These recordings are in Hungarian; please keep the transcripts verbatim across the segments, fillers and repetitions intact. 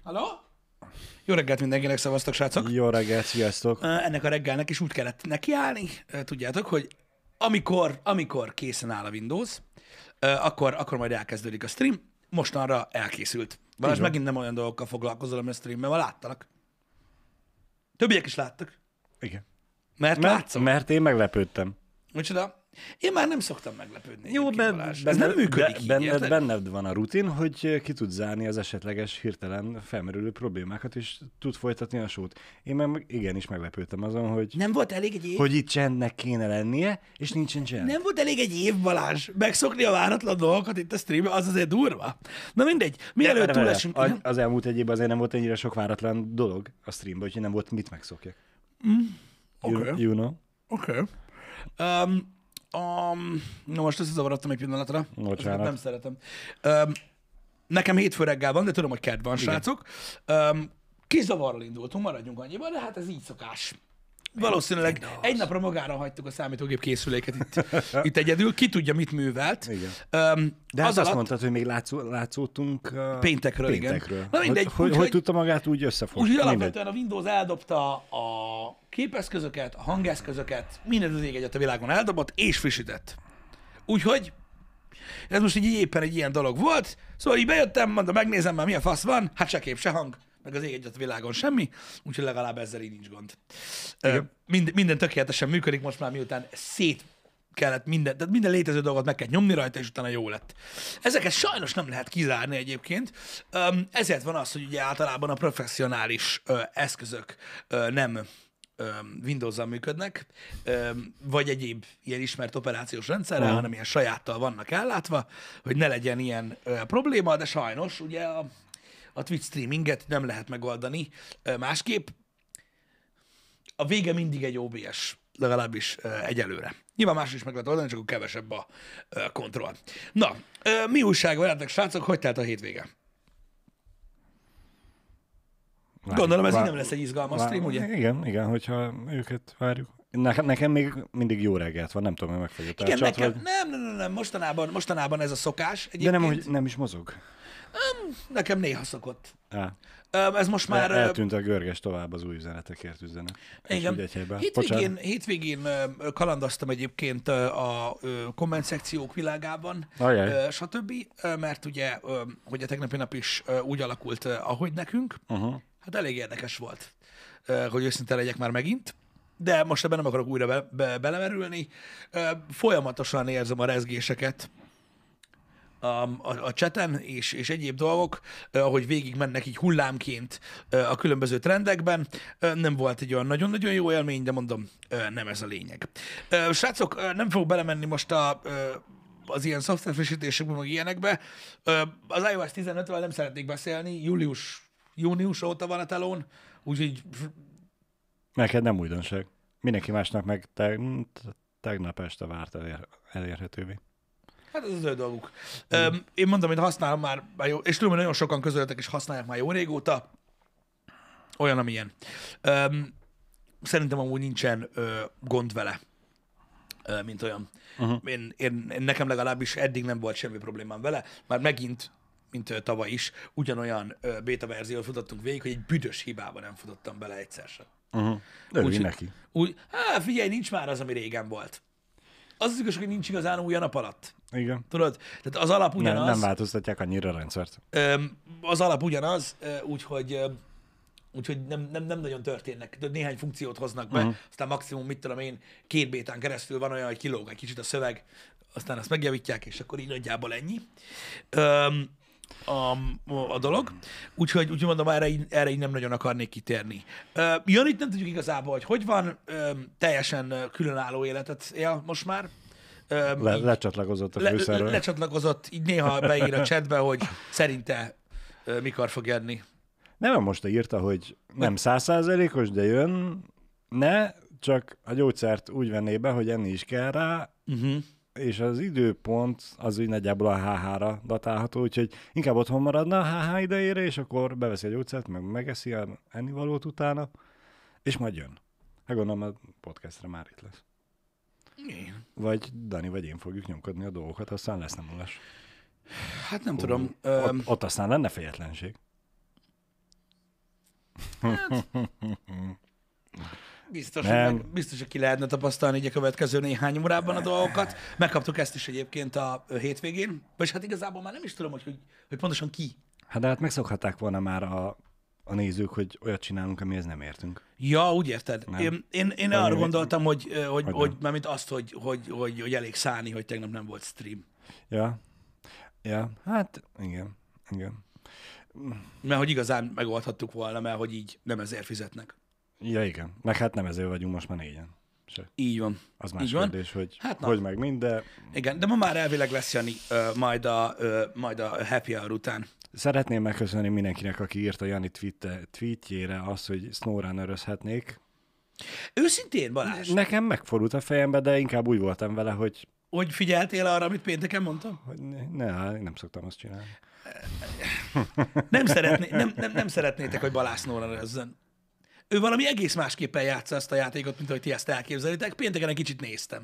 Halló? Jó reggelt mindenkinek, szavaztak, srácok! Jó reggelt, sziasztok! Ennek a reggelnek is úgy kellett nekiállni, tudjátok, hogy amikor, amikor készen áll a Windows, akkor, akkor majd elkezdődik a stream. Mostanra elkészült. Balázs, megint nem olyan dolgokkal foglalkozol, ami a streamben van, láttalak. Többiek is láttak. Igen. Mert, Mert, látszom. mert én meglepődtem. Micsoda? Én már nem szoktam meglepődni. Jó, de benne, ez nem működik így, benned, érted? benned van a rutin, hogy ki tud zárni az esetleges hirtelen felmerülő problémákat, és tud folytatni a sót. Én meg igenis meglepődtem azon, hogy, Nem volt elég egy év? hogy itt csendnek kéne lennie, és nincsen csend. Nem volt elég egy év, Balázs. Megszokni a váratlan dolgokat itt a streamben, az azért durva. Na mindegy, mielőtt De túl vele, esünk. a- Az elmúlt egy évben azért nem volt ennyire sok váratlan dolog a streamben, úgyhogy nem volt mit megszokjak. You, Oké. you know? Oké. Okay. Um, um, na most összezavarodtam egy pillanatra. Bocsánat. Ezeket nem szeretem. Um, nekem hétfő reggel van, de tudom, hogy kedd van, srácok. Um, kis zavarral indultunk, maradjunk annyiban, de hát ez így szokás. Valószínűleg egy napra magára hagytuk a számítógép készüléket itt, itt egyedül. Ki tudja, mit művelt. Igen. Um, De az az azt alatt mondtad, hogy még látszó, látszódtunk uh, péntekről, igen. péntekről. Na mindegy, Hogy, hogy, úgyhogy- hogy tudta magát úgy összefogni? Úgyhogy Mindegy. alapvetően a Windows eldobta a képeszközöket, a hangeszközöket, mindent az ég egyet a világon eldobott, és frissített. Úgyhogy ez most így éppen egy ilyen dolog volt, szóval így bejöttem, mondom, megnézem már, milyen fasz van, hát se kép, se hang, meg az ég egyet a világon semmi, úgyhogy legalább ezzel így nincs gond. Ö, mind, minden tökéletesen működik most már, miután szét kellett minden, tehát minden létező dolgot meg kell nyomni rajta, és utána jó lett. Ezeket sajnos nem lehet kizárni egyébként, Öm, ezért van az, hogy ugye általában a professzionális ö, eszközök ö, nem ö, Windows-zal működnek, ö, vagy egyéb ilyen ismert operációs rendszerrel, Aha. hanem ilyen sajáttal vannak ellátva, hogy ne legyen ilyen ö, probléma, de sajnos ugye a, a Twitch streaminget nem lehet megoldani ö, másképp. A vége mindig egy o bé es, legalábbis uh, egyelőre. Nyilván más is meg lehet oldani, csak akkor kevesebb a uh, kontroll. Na, uh, mi újság veletek, srácok? Hogy telt a hétvége? Várjuk, Gondolom, ez így vár- nem lesz egy izgalmas vár- stream, ugye? Igen, igen, hogyha őket várjuk. Nekem, nekem még mindig jó reggelt van, nem tudom, hogy megfagyott Igen, a csat, nekem, vagy... nem, nem, nem, nem, mostanában, mostanában ez a szokás De egyébként. nem, hogy nem is mozog. Nekem néha szokott. Á, Uh, ez most már... el, uh, eltűnt a görges tovább az új üzenetekért üzenet. És Igen. úgy egy helyben. Hétvégén, Bocsánat. hétvégén ö, kalandoztam egyébként ö, a ö, komment szekciók világában, Ajaj. ö, stb. Ö, Mert ugye, ö, hogy a tegnapi nap is ö, úgy alakult, ö, ahogy nekünk. Uh-huh. Hát elég érdekes volt, ö, hogy őszinte legyek már megint. De most ebben nem akarok újra be, be, belemerülni. Ö, Folyamatosan érzem a rezgéseket a, a, a chaten és, és egyéb dolgok, eh, ahogy végig mennek így hullámként eh, a különböző trendekben. Eh, nem volt egy olyan nagyon-nagyon jó élmény, de mondom, eh, nem ez a lényeg. Eh, srácok, eh, nem fogok belemenni most a, eh, az ilyen szoftverfrissítésekbe, meg ilyenekbe. Eh, az iOS tizenötről nem szeretnék beszélni, július, június óta van a telón, úgyhogy Neked nem újdonság. Mindenki másnak meg te, tegnap este várt elér, elérhetővé. hát ez az ő dolguk. Mm. Én mondom, hogy használom már, már jó, és tudom, hogy nagyon sokan közöltek, és használják már jó régóta. Olyan, amilyen. Öm, szerintem amúgy nincsen ö, gond vele, ö, mint olyan. Uh-huh. Én, én, én, nekem legalábbis eddig nem volt semmi problémám vele. Már megint, mint ö, tavaly is, ugyanolyan ö, beta verziót futottunk végig, hogy egy büdös hibába nem futottam bele egyszer sem. Uh-huh. Örülj Úgyhogy- neki. Úgy, hát figyelj, nincs már az, ami régen volt. Az az igazság, hogy nincs igazán új a nap alatt. Igen. Tudod? Tehát az alap Nem, ugyanaz. nem változtatják annyira a rendszert. Öm, az alap ugyanaz, ö, úgyhogy, ö, úgyhogy nem, nem, nem nagyon történnek. De néhány funkciót hoznak be, uh-huh. aztán maximum, mit tudom én, két bétán keresztül van olyan, hogy kilóg egy kicsit a szöveg, aztán azt megjavítják, és akkor így nagyjából ennyi Öm, a, a dolog. Úgyhogy, úgyhogy mondom, erre így, erre így nem nagyon akarnék kitérni. Ö, Janit nem tudjuk igazából, hogy hogy van, Öm, teljesen ö, különálló életet él most már. Öm, Le, így- lecsatlakozott a le, főszerről. le, lecsatlakozott, így néha beír a chatbe, hogy szerinte ö, mikor fog jönni. Nem, most írta, hogy nem százszázalékos, de jön, ne, csak a gyógyszert úgy venné be, hogy enni is kell rá, Uh-huh. és az időpont az úgy nagyjából a há há-ra datálható, úgyhogy inkább otthon maradna a há há idejére, és akkor beveszi a gyógyszert, meg megeszi a ennivalót utána, és majd jön. Hát gondolom a podcastre már itt lesz. Igen. Vagy Dani, vagy én fogjuk nyomkodni a dolgokat, aztán lesz nem múlás. Hát nem tudom. Ott, Öm, ott aztán lenne fejetlenség. Hát, biztos, Nem. hogy meg, biztos, hogy ki lehetne tapasztalni így a következő néhány órában a dolgokat. Megkaptuk ezt is egyébként a ö, hétvégén. Vagy hát igazából már nem is tudom, hogy, hogy, hogy pontosan ki. Hát de hát megszokhatták volna már a, a nézők, hogy olyat csinálunk, amihez nem értünk. Ja, úgy érted. Nem. Én, én, én Valami- arra gondoltam, hogy, ö, hogy, Hogy hogy, nem. mármint azt, hogy, hogy, hogy, hogy elég szállni, hogy tegnap nem volt stream. Ja. Ja, hát igen. Igen. Mert hogy igazán megoldhattuk volna, mert hogy így nem ezért fizetnek. Ja, igen. Meg hát nem ezért vagyunk most már négyen. Se. Így van. Az más Így van. kérdés, hogy Hát na. hogy meg mind, de Igen, de ma már elvileg lesz, Jani, ö, majd, a, ö, majd a happy hour után. szeretném megköszönni mindenkinek, aki írta Jani tweete, tweetjére azt, hogy snowrunnerözhetnék. Őszintén, Balázs, Nekem megfordult a fejembe, de inkább úgy voltam vele, hogy, hogy figyeltél arra, amit pénteken mondtam? hogy ne, ne, én nem szoktam azt csinálni. Nem, szeretné, nem, nem, nem szeretnétek, hogy Balázs snowrunnerözzön. Ő valami egész másképpen játsza ezt a játékot, mint ahogy ti ezt elképzelitek. Pénteken egy kicsit néztem.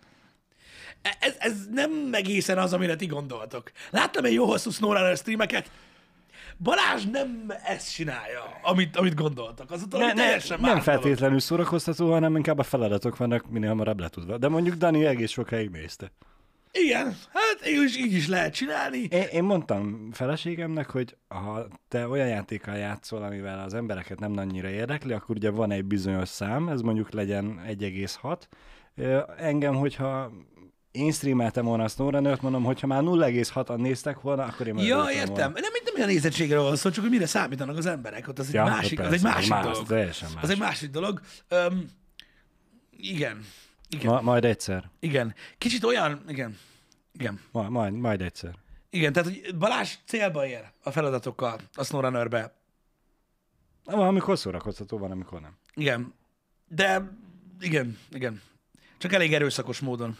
Ez, ez nem egészen az, amire ti gondoltok. Láttam egy jó hosszú SnowRunner streameket. Balázs nem ezt csinálja, amit, amit gondoltak. Az Ne, ne, ne, teljesen nem más dolog. feltétlenül szórakoztató, hanem inkább a feladatok vannak minél hamarabb letudva. De mondjuk Dani egész sokáig nézte. Igen, hát így is, így is lehet csinálni. Én, én mondtam feleségemnek, hogy ha te olyan játékkal játszol, amivel az embereket nem annyira érdekli, akkor ugye van egy bizonyos szám, ez mondjuk legyen egy egész hat. Ö, Engem, hogyha én streameltem volna a SnowRunner-t, mondom, hogyha már nulla egész hatan néztek volna, akkor én már Ja, örültem értem. volna. Nem, nem olyan nézettségre van szó, csak hogy mire számítanak az emberek. Ott az egy Ja, másik, az egy persze, másik más, dolog. teljesen más. Az egy másik dolog. Um, igen. Igen. Ma, majd egyszer. Igen. Kicsit olyan, igen. Igen. Ma, majd, majd egyszer. Igen, tehát hogy Balázs célba ér a feladatokkal a SnowRunner-be. Van, amikor szórakoztató, van, amikor nem. Igen. De igen, igen. Csak elég erőszakos módon.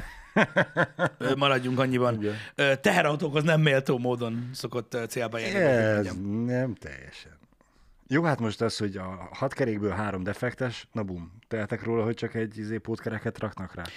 Ö, Maradjunk annyiban. Igen. Ö, Teherautókhoz nem méltó módon szokott ö, célba érni. hogy Ez mondjam. nem teljesen. Jó, hát most az, hogy a hat kerékből három defektes, na bum, tehetek róla, hogy csak egy izé pótkereket raknak rá.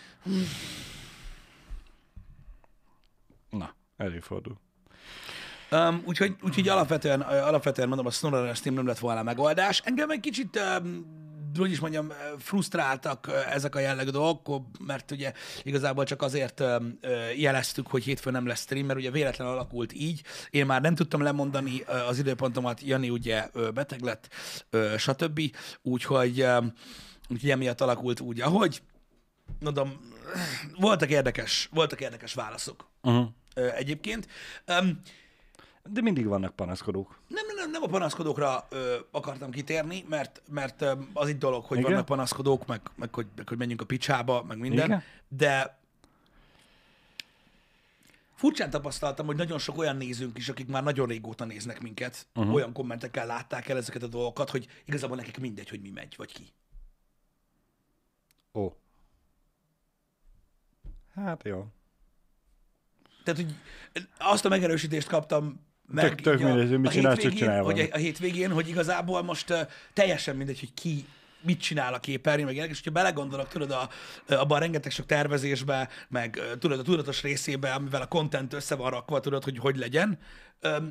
Na, előfordul. Um, úgyhogy, úgyhogy alapvetően, alapvetően mondom, a SnowRunner Steam nem lett volna megoldás. Engem egy kicsit, um, hogy is mondjam, frusztráltak uh, ezek a jellegű dolgok, mert ugye igazából csak azért um, uh, jeleztük, hogy hétfőn nem lesz stream, mert ugye véletlenül alakult így. Én már nem tudtam lemondani uh, az időpontomat, Jani ugye uh, beteg lett, uh, stb. Úgyhogy, um, úgyhogy emiatt alakult úgy, ahogy. Mondom, voltak érdekes, voltak érdekes válaszok Uh-huh. uh, egyébként. Um, De mindig vannak panaszkodók. Nem, nem, nem, nem a panaszkodókra ö, akartam kitérni, mert, mert ö, az itt dolog, hogy Igen? vannak panaszkodók, meg, meg, hogy, meg hogy menjünk a picsába, meg minden, Igen? de furcsán tapasztaltam, hogy nagyon sok olyan nézőnk is, akik már nagyon régóta néznek minket, uh-huh. olyan kommentekkel látták el ezeket a dolgokat, hogy igazából nekik mindegy, hogy mi megy, vagy ki. Ó. Hát jó. Tehát, hogy azt a megerősítést kaptam meg Tök- tök így a, mindegy, hogy mit a csinálsz, csak hétvégén, csinálj hogy valamit. a, a hétvégén, hogy igazából most uh, teljesen mindegy, hogy ki mit csinál a képernyőn, meg ilyenek, és hogyha belegondolok, tudod, a, abban a rengeteg sok tervezésbe, meg uh, tudod, a tudatos részébe, amivel a content össze van rakva, tudod, hogy hogy legyen, um,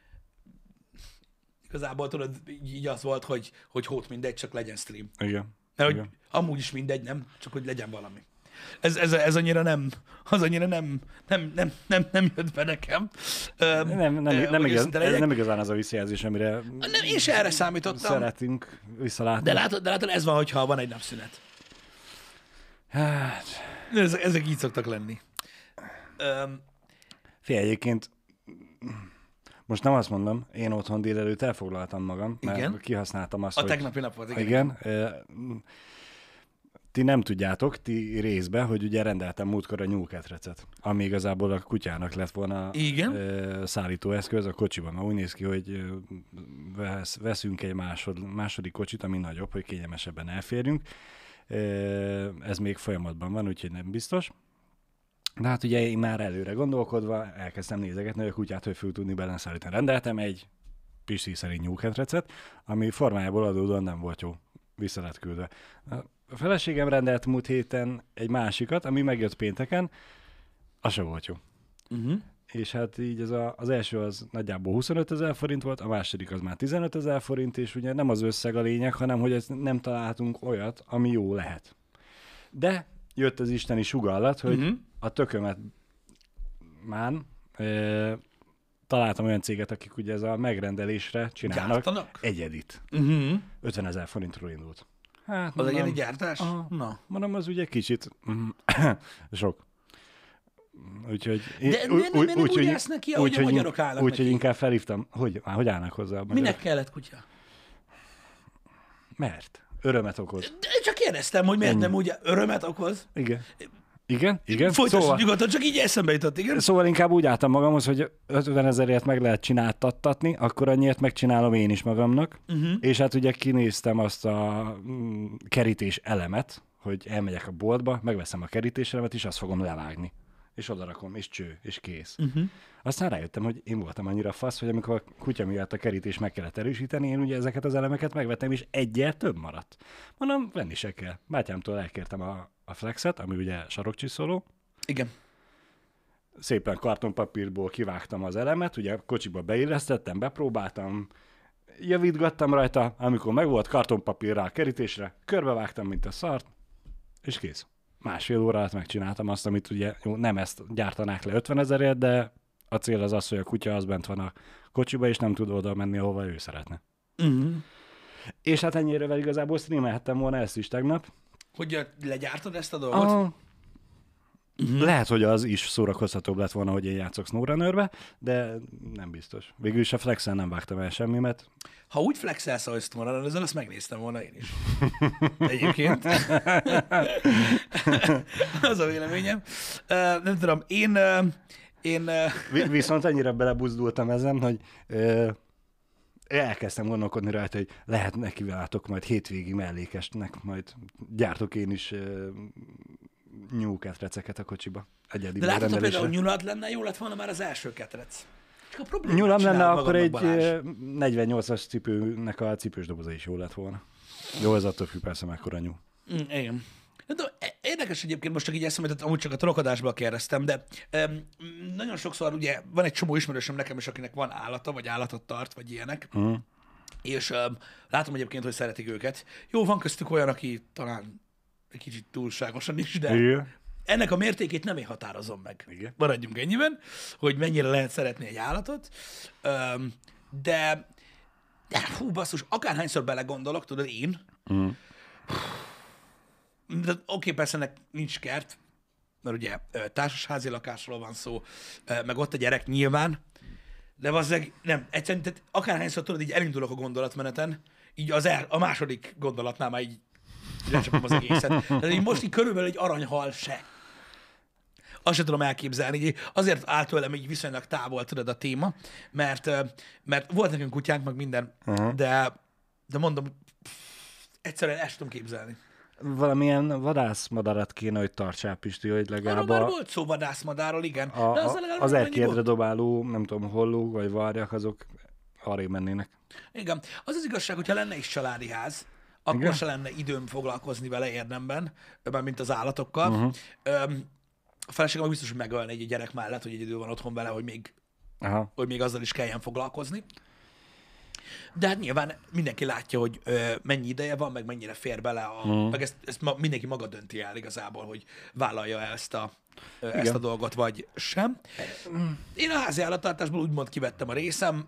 igazából tudod, így, így az volt, hogy, hogy hót mindegy, csak legyen stream. Igen. Mert hogy Igen. amúgy is mindegy, nem? Csak hogy legyen valami. Ez, ez, ez annyira nem, az annyira nem, nem, nem, nem, nem jött be nekem. Öm, Nem, nem, ö, nem, hogy igaz, őszinte ez legyek. nem igazán az a visszajelzés, amire Nem, én se erre számítottam. szeretünk visszalátni. De látod, de látod, ez van, hogyha van egy napszünet. Hát, Ezek, ezek így szoktak lenni. Öm, figyelj, egyébként most nem azt mondom, én otthon délelőtt elfoglaltam magam, mert Igen. kihasználtam azt, a hogy... tegnapi nap volt, igen. Igen. ö, Ti nem tudjátok, ti részbe, hogy ugye rendeltem múltkor a nyúlketrecet, ami igazából a kutyának lett volna Igen. ö, szállítóeszköz a kocsiban. Mert úgy néz ki, hogy ö, vesz, veszünk egy másod, második kocsit, ami nagyobb, hogy kényelmesebben elférjünk. Ö, Ez még folyamatban van, úgyhogy nem biztos. De hát ugye én már előre gondolkodva elkezdtem nézegetni, hogy a kutyát hogy föl tudni benne szállítani. Rendeltem egy Pisti szerint nyúlketrecet, ami formájából adódóan nem volt jó. Vissza lett küldve. A feleségem rendelt múlt héten egy másikat, ami megjött pénteken, az se volt jó. Uh-huh. és hát így ez a, az első az nagyjából huszonöt ezer forint volt, a második az már tizenöt ezer forint, és ugye nem az összeg a lényeg, hanem hogy ezt nem találtunk olyat, ami jó lehet. De jött az isteni sugallat, hogy uh-huh. a tökömet már e, találtam olyan céget, akik ugye ez a megrendelésre csinálnak Gyártanak? egyedit. Uh-huh. ötven ezer forintról indult. Hát, Az mondom, egyéni gyártás? Aha. Na. Mondom, az ugye kicsit sok. Úgyhogy... De nem, nem, nem, nem úgy állsz neki, ahogy a magyarok állnak Úgyhogy neki. inkább felhívtam. Hogy, hogy állnak hozzá a magyarok? Minek kellett kutya? Mert örömet okoz. De csak kérdeztem, hogy miért Ennyi. nem úgy örömet okoz. Igen. Igen? Igen? Folytassuk Szóval, nyugodtan, csak így eszembe jutott, igen? szóval inkább úgy álltam magamhoz, hogy ötven ezerért meg lehet csináltattatni, akkor annyiért megcsinálom én is magamnak. Uh-huh. És hát ugye kinéztem azt a mm, kerítés elemet, hogy elmegyek a boltba, megveszem a kerítés elemet, és azt fogom levágni. És odarakom, és cső, és kész. Uh-huh. Aztán rájöttem, hogy én voltam annyira fasz, hogy amikor a kutya miatt a kerítés meg kellett erősíteni, én ugye ezeket az elemeket megvettem, és egyel több maradt. Mondom, venni se kell. Bátyámtól elkértem a, a flexet, ami ugye sarokcsiszoló. Igen. Szépen kartonpapírból kivágtam az elemet, ugye kocsiba beillesztettem, bepróbáltam, javítgattam rajta, amikor megvolt kartonpapírra a kerítésre, körbevágtam, mint a szart, és kész. Másfél óra alatt megcsináltam azt, amit ugye jó, nem ezt gyártanák le ötven ezerért, de a cél az az, hogy a kutya az bent van a kocsiba, és nem tud oda menni, ahova ő szeretne. Uh-huh. És hát ennyire igazából streamelhettem volna ezt is tegnap. Hogy legyártod ezt a dolgot? A... Uh-huh. Lehet, hogy az is szórakoztatóbb lett volna, hogy én játszok SnowRunnerbe, de nem biztos. Végül is a Flexen nem vágtam el semmi, mert... Ha úgy flexelsz, ahogy SnowRunner-ezel, azt megnéztem volna én is. Egyébként. Az a véleményem. Uh, nem tudom, én... Uh, én uh... Viszont ennyire belebuzdultam ezen, hogy uh, elkezdtem gondolkodni rajta, hogy lehet neki váltok majd hétvégi mellékesnek, majd gyártok én is uh, nyúlketreceket a kocsiba. Egyedi de látod, ha például nyulad lenne, jó lett volna már az első ketrec. Nyulam lenne, akkor egy Balázs. negyvennyolcas cipőnek a cipős doboza is jó lett volna. Jó, ez attól függ persze, mekkora nyúl. Mm, igen. De érdekes egyébként, most csak így eszembe jutott, amúgy csak a trollkodásból kérdeztem, de um, nagyon sokszor ugye van egy csomó ismerősöm nekem is, akinek van állata, vagy állatot tart, vagy ilyenek, mm. és um, látom egyébként, hogy szeretik őket. Jó, van köztük olyan, aki talán egy kicsit túlságosan is, de igen. Ennek a mértékét nem én határozom meg. Igen. Maradjunk ennyiben, hogy mennyire lehet szeretni egy állatot, um, de, de hú, basszus, akárhányszor belegondolok, tudod, én, mm. De oké, okay, persze ennek nincs kert, mert ugye társasházi lakásról van szó, meg ott a gyerek nyilván, de valószínűleg nem, egyszerűen, tehát akárhányszor tudod, így elindulok a gondolatmeneten, így az el, a második gondolatnál már így lecsapom az egészet. Tehát így most így körülbelül egy aranyhal se. Azt sem tudom elképzelni, így azért áll tőlem így viszonylag távol, tudod, a téma, mert, mert volt nekünk kutyánk, meg minden, uh-huh. de, de mondom, pff, egyszerűen ezt tudom képzelni. Valamilyen vadászmadarat kéne, hogy tartsál, Pisti, hogy legalább arra már volt szó vadászmadárról, igen. A, de az, a, az erkélyedre dobáló, nem tudom, hollók vagy varjak, azok arrébb mennének. Igen. Az az igazság, hogyha lenne is családi ház, akkor igen? se lenne időm foglalkozni vele érdemben, mint az állatokkal. Uh-huh. A feleségem biztos, hogy megölne egy gyerek mellett, hogy egy idő van otthon vele, hogy még, Aha. hogy még azzal is kelljen foglalkozni. De hát nyilván mindenki látja, hogy ö, mennyi ideje van, meg mennyire fér bele, a, mm. meg ezt, ezt ma, mindenki maga dönti el igazából, hogy vállalja ezt a, ö, ezt a dolgot, vagy sem. Mm. Én a házi állattartásból úgymond kivettem a részem,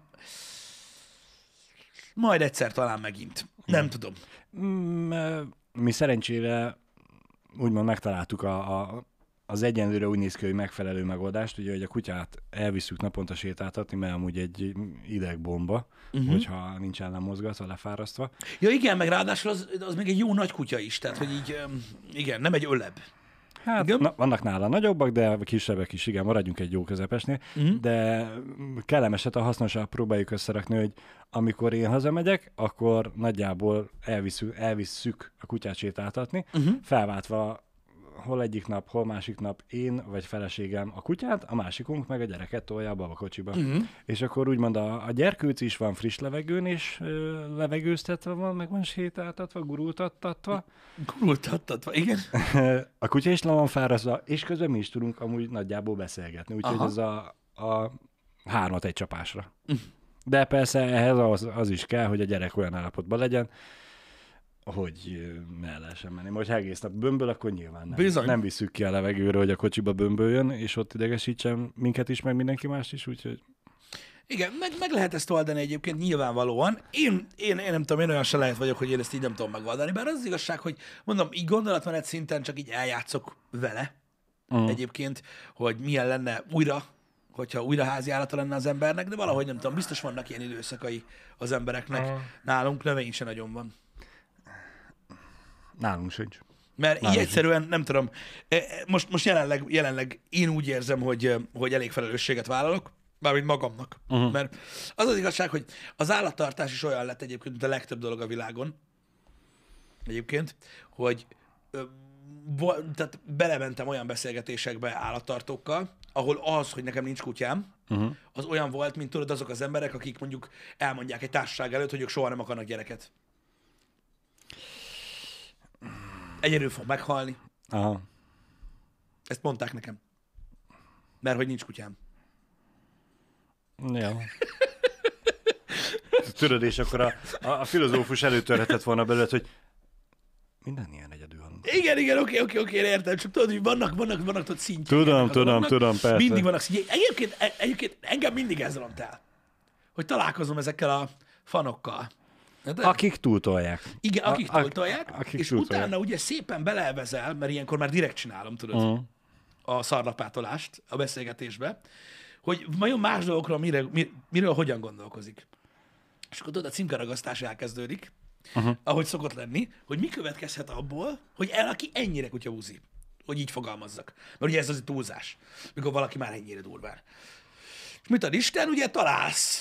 majd egyszer talán megint. Mm. Nem tudom. Mm, mi szerencsére úgymond megtaláltuk a, a az egyenlőre úgy néz ki, hogy megfelelő megoldást, ugye, hogy a kutyát elviszük naponta sétáltatni, mert amúgy egy idegbomba, uh-huh. hogyha nincs ellen mozgatva, lefárasztva. Ja igen, meg ráadásul az, az még egy jó nagy kutya is, tehát hogy így, igen, nem egy öleb. Hát na, vannak nála nagyobbak, de kisebbek is, igen, maradjunk egy jó közepesnél, uh-huh. de kellemeset a hasznosabb próbáljuk összerakni, hogy amikor én hazamegyek, akkor nagyjából elviszük, elviszük a kutyát sétáltatni, uh-huh. felváltva hol egyik nap, hol másik nap én vagy feleségem a kutyát, a másikunk meg a gyereket tolja a babakocsiba. Uh-huh. És akkor úgymond a, a gyerkőc is van friss levegőn, és ö, levegőztetve van, meg van sétáltatva, gurultattatva. Gurultattatva, igen. A kutya is le van fárazva, és közben mi is tudunk amúgy nagyjából beszélgetni. Úgyhogy ez a, a hármat egy csapásra. De persze ehhez az, az is kell, hogy a gyerek olyan állapotban legyen, hogy el lehessen menni. Most ha egész nap bömböl, akkor nyilván nem. Nem visszük ki a levegőre, hogy a kocsiba bömböljön, és ott idegesítsen minket is, meg mindenki mást is, úgyhogy... Igen, meg, meg lehet ezt oldani egyébként nyilvánvalóan. Én, én, én nem tudom, én olyan se lehet vagyok, hogy én ezt így nem tudom megoldani, bár az, az igazság, hogy mondom, így gondolatmenet szinten csak így eljátszok vele uh-huh. egyébként, hogy milyen lenne újra, hogyha újra házi állata lenne az embernek, de valahogy nem tudom, biztos vannak ilyen időszakai az embereknek. Uh-huh. Nálunk növény se nagyon van. Nálunk sincs. Mert Nálunk így egyszerűen, nem tudom, most, most jelenleg, jelenleg én úgy érzem, hogy, hogy elég felelősséget vállalok, mármint magamnak. Uh-huh. Mert az az igazság, hogy az állattartás is olyan lett egyébként, mint a legtöbb dolog a világon. Egyébként, hogy ö, bo- tehát belementem olyan beszélgetésekbe állattartókkal, ahol az, hogy nekem nincs kutyám, uh-huh. az olyan volt, mint tudod azok az emberek, akik mondjuk elmondják egy társaság előtt, hogy ők soha nem akarnak gyereket. Egyedül fog meghalni. Aha. Ezt mondták nekem. Mert hogy nincs kutyám. Ja. Tudod, és akkor a, a, a filozófus előtörhetett volna belőle, hogy minden ilyen egyedül van. Igen, igen, oké, oké, oké, értem. Csak tudod, hogy vannak, vannak, vannak tudod szintjei. Tudom, tudom, vannak. tudom, persze. Mindig vannak szintjei. Egyébként, egyébként engem mindig ez ront el, hogy találkozom ezekkel a fanokkal. De, akik túltolják. Igen, akik a, túltolják, a, akik és túltolják. utána ugye szépen beleelvezel, mert ilyenkor már direkt csinálom, tudod, uh-huh. a szarlapátolást a beszélgetésbe, hogy nagyon más dolgokról mire, mir, miről hogyan gondolkozik. És akkor tudod, a címkeragasztás elkezdődik, uh-huh. ahogy szokott lenni, hogy mi következhet abból, hogy el, aki ennyire kutyabúzi, hogy így fogalmazzak. Mert ugye ez az egy túlzás, mikor valaki már ennyire durván. És mit ad Isten, ugye találsz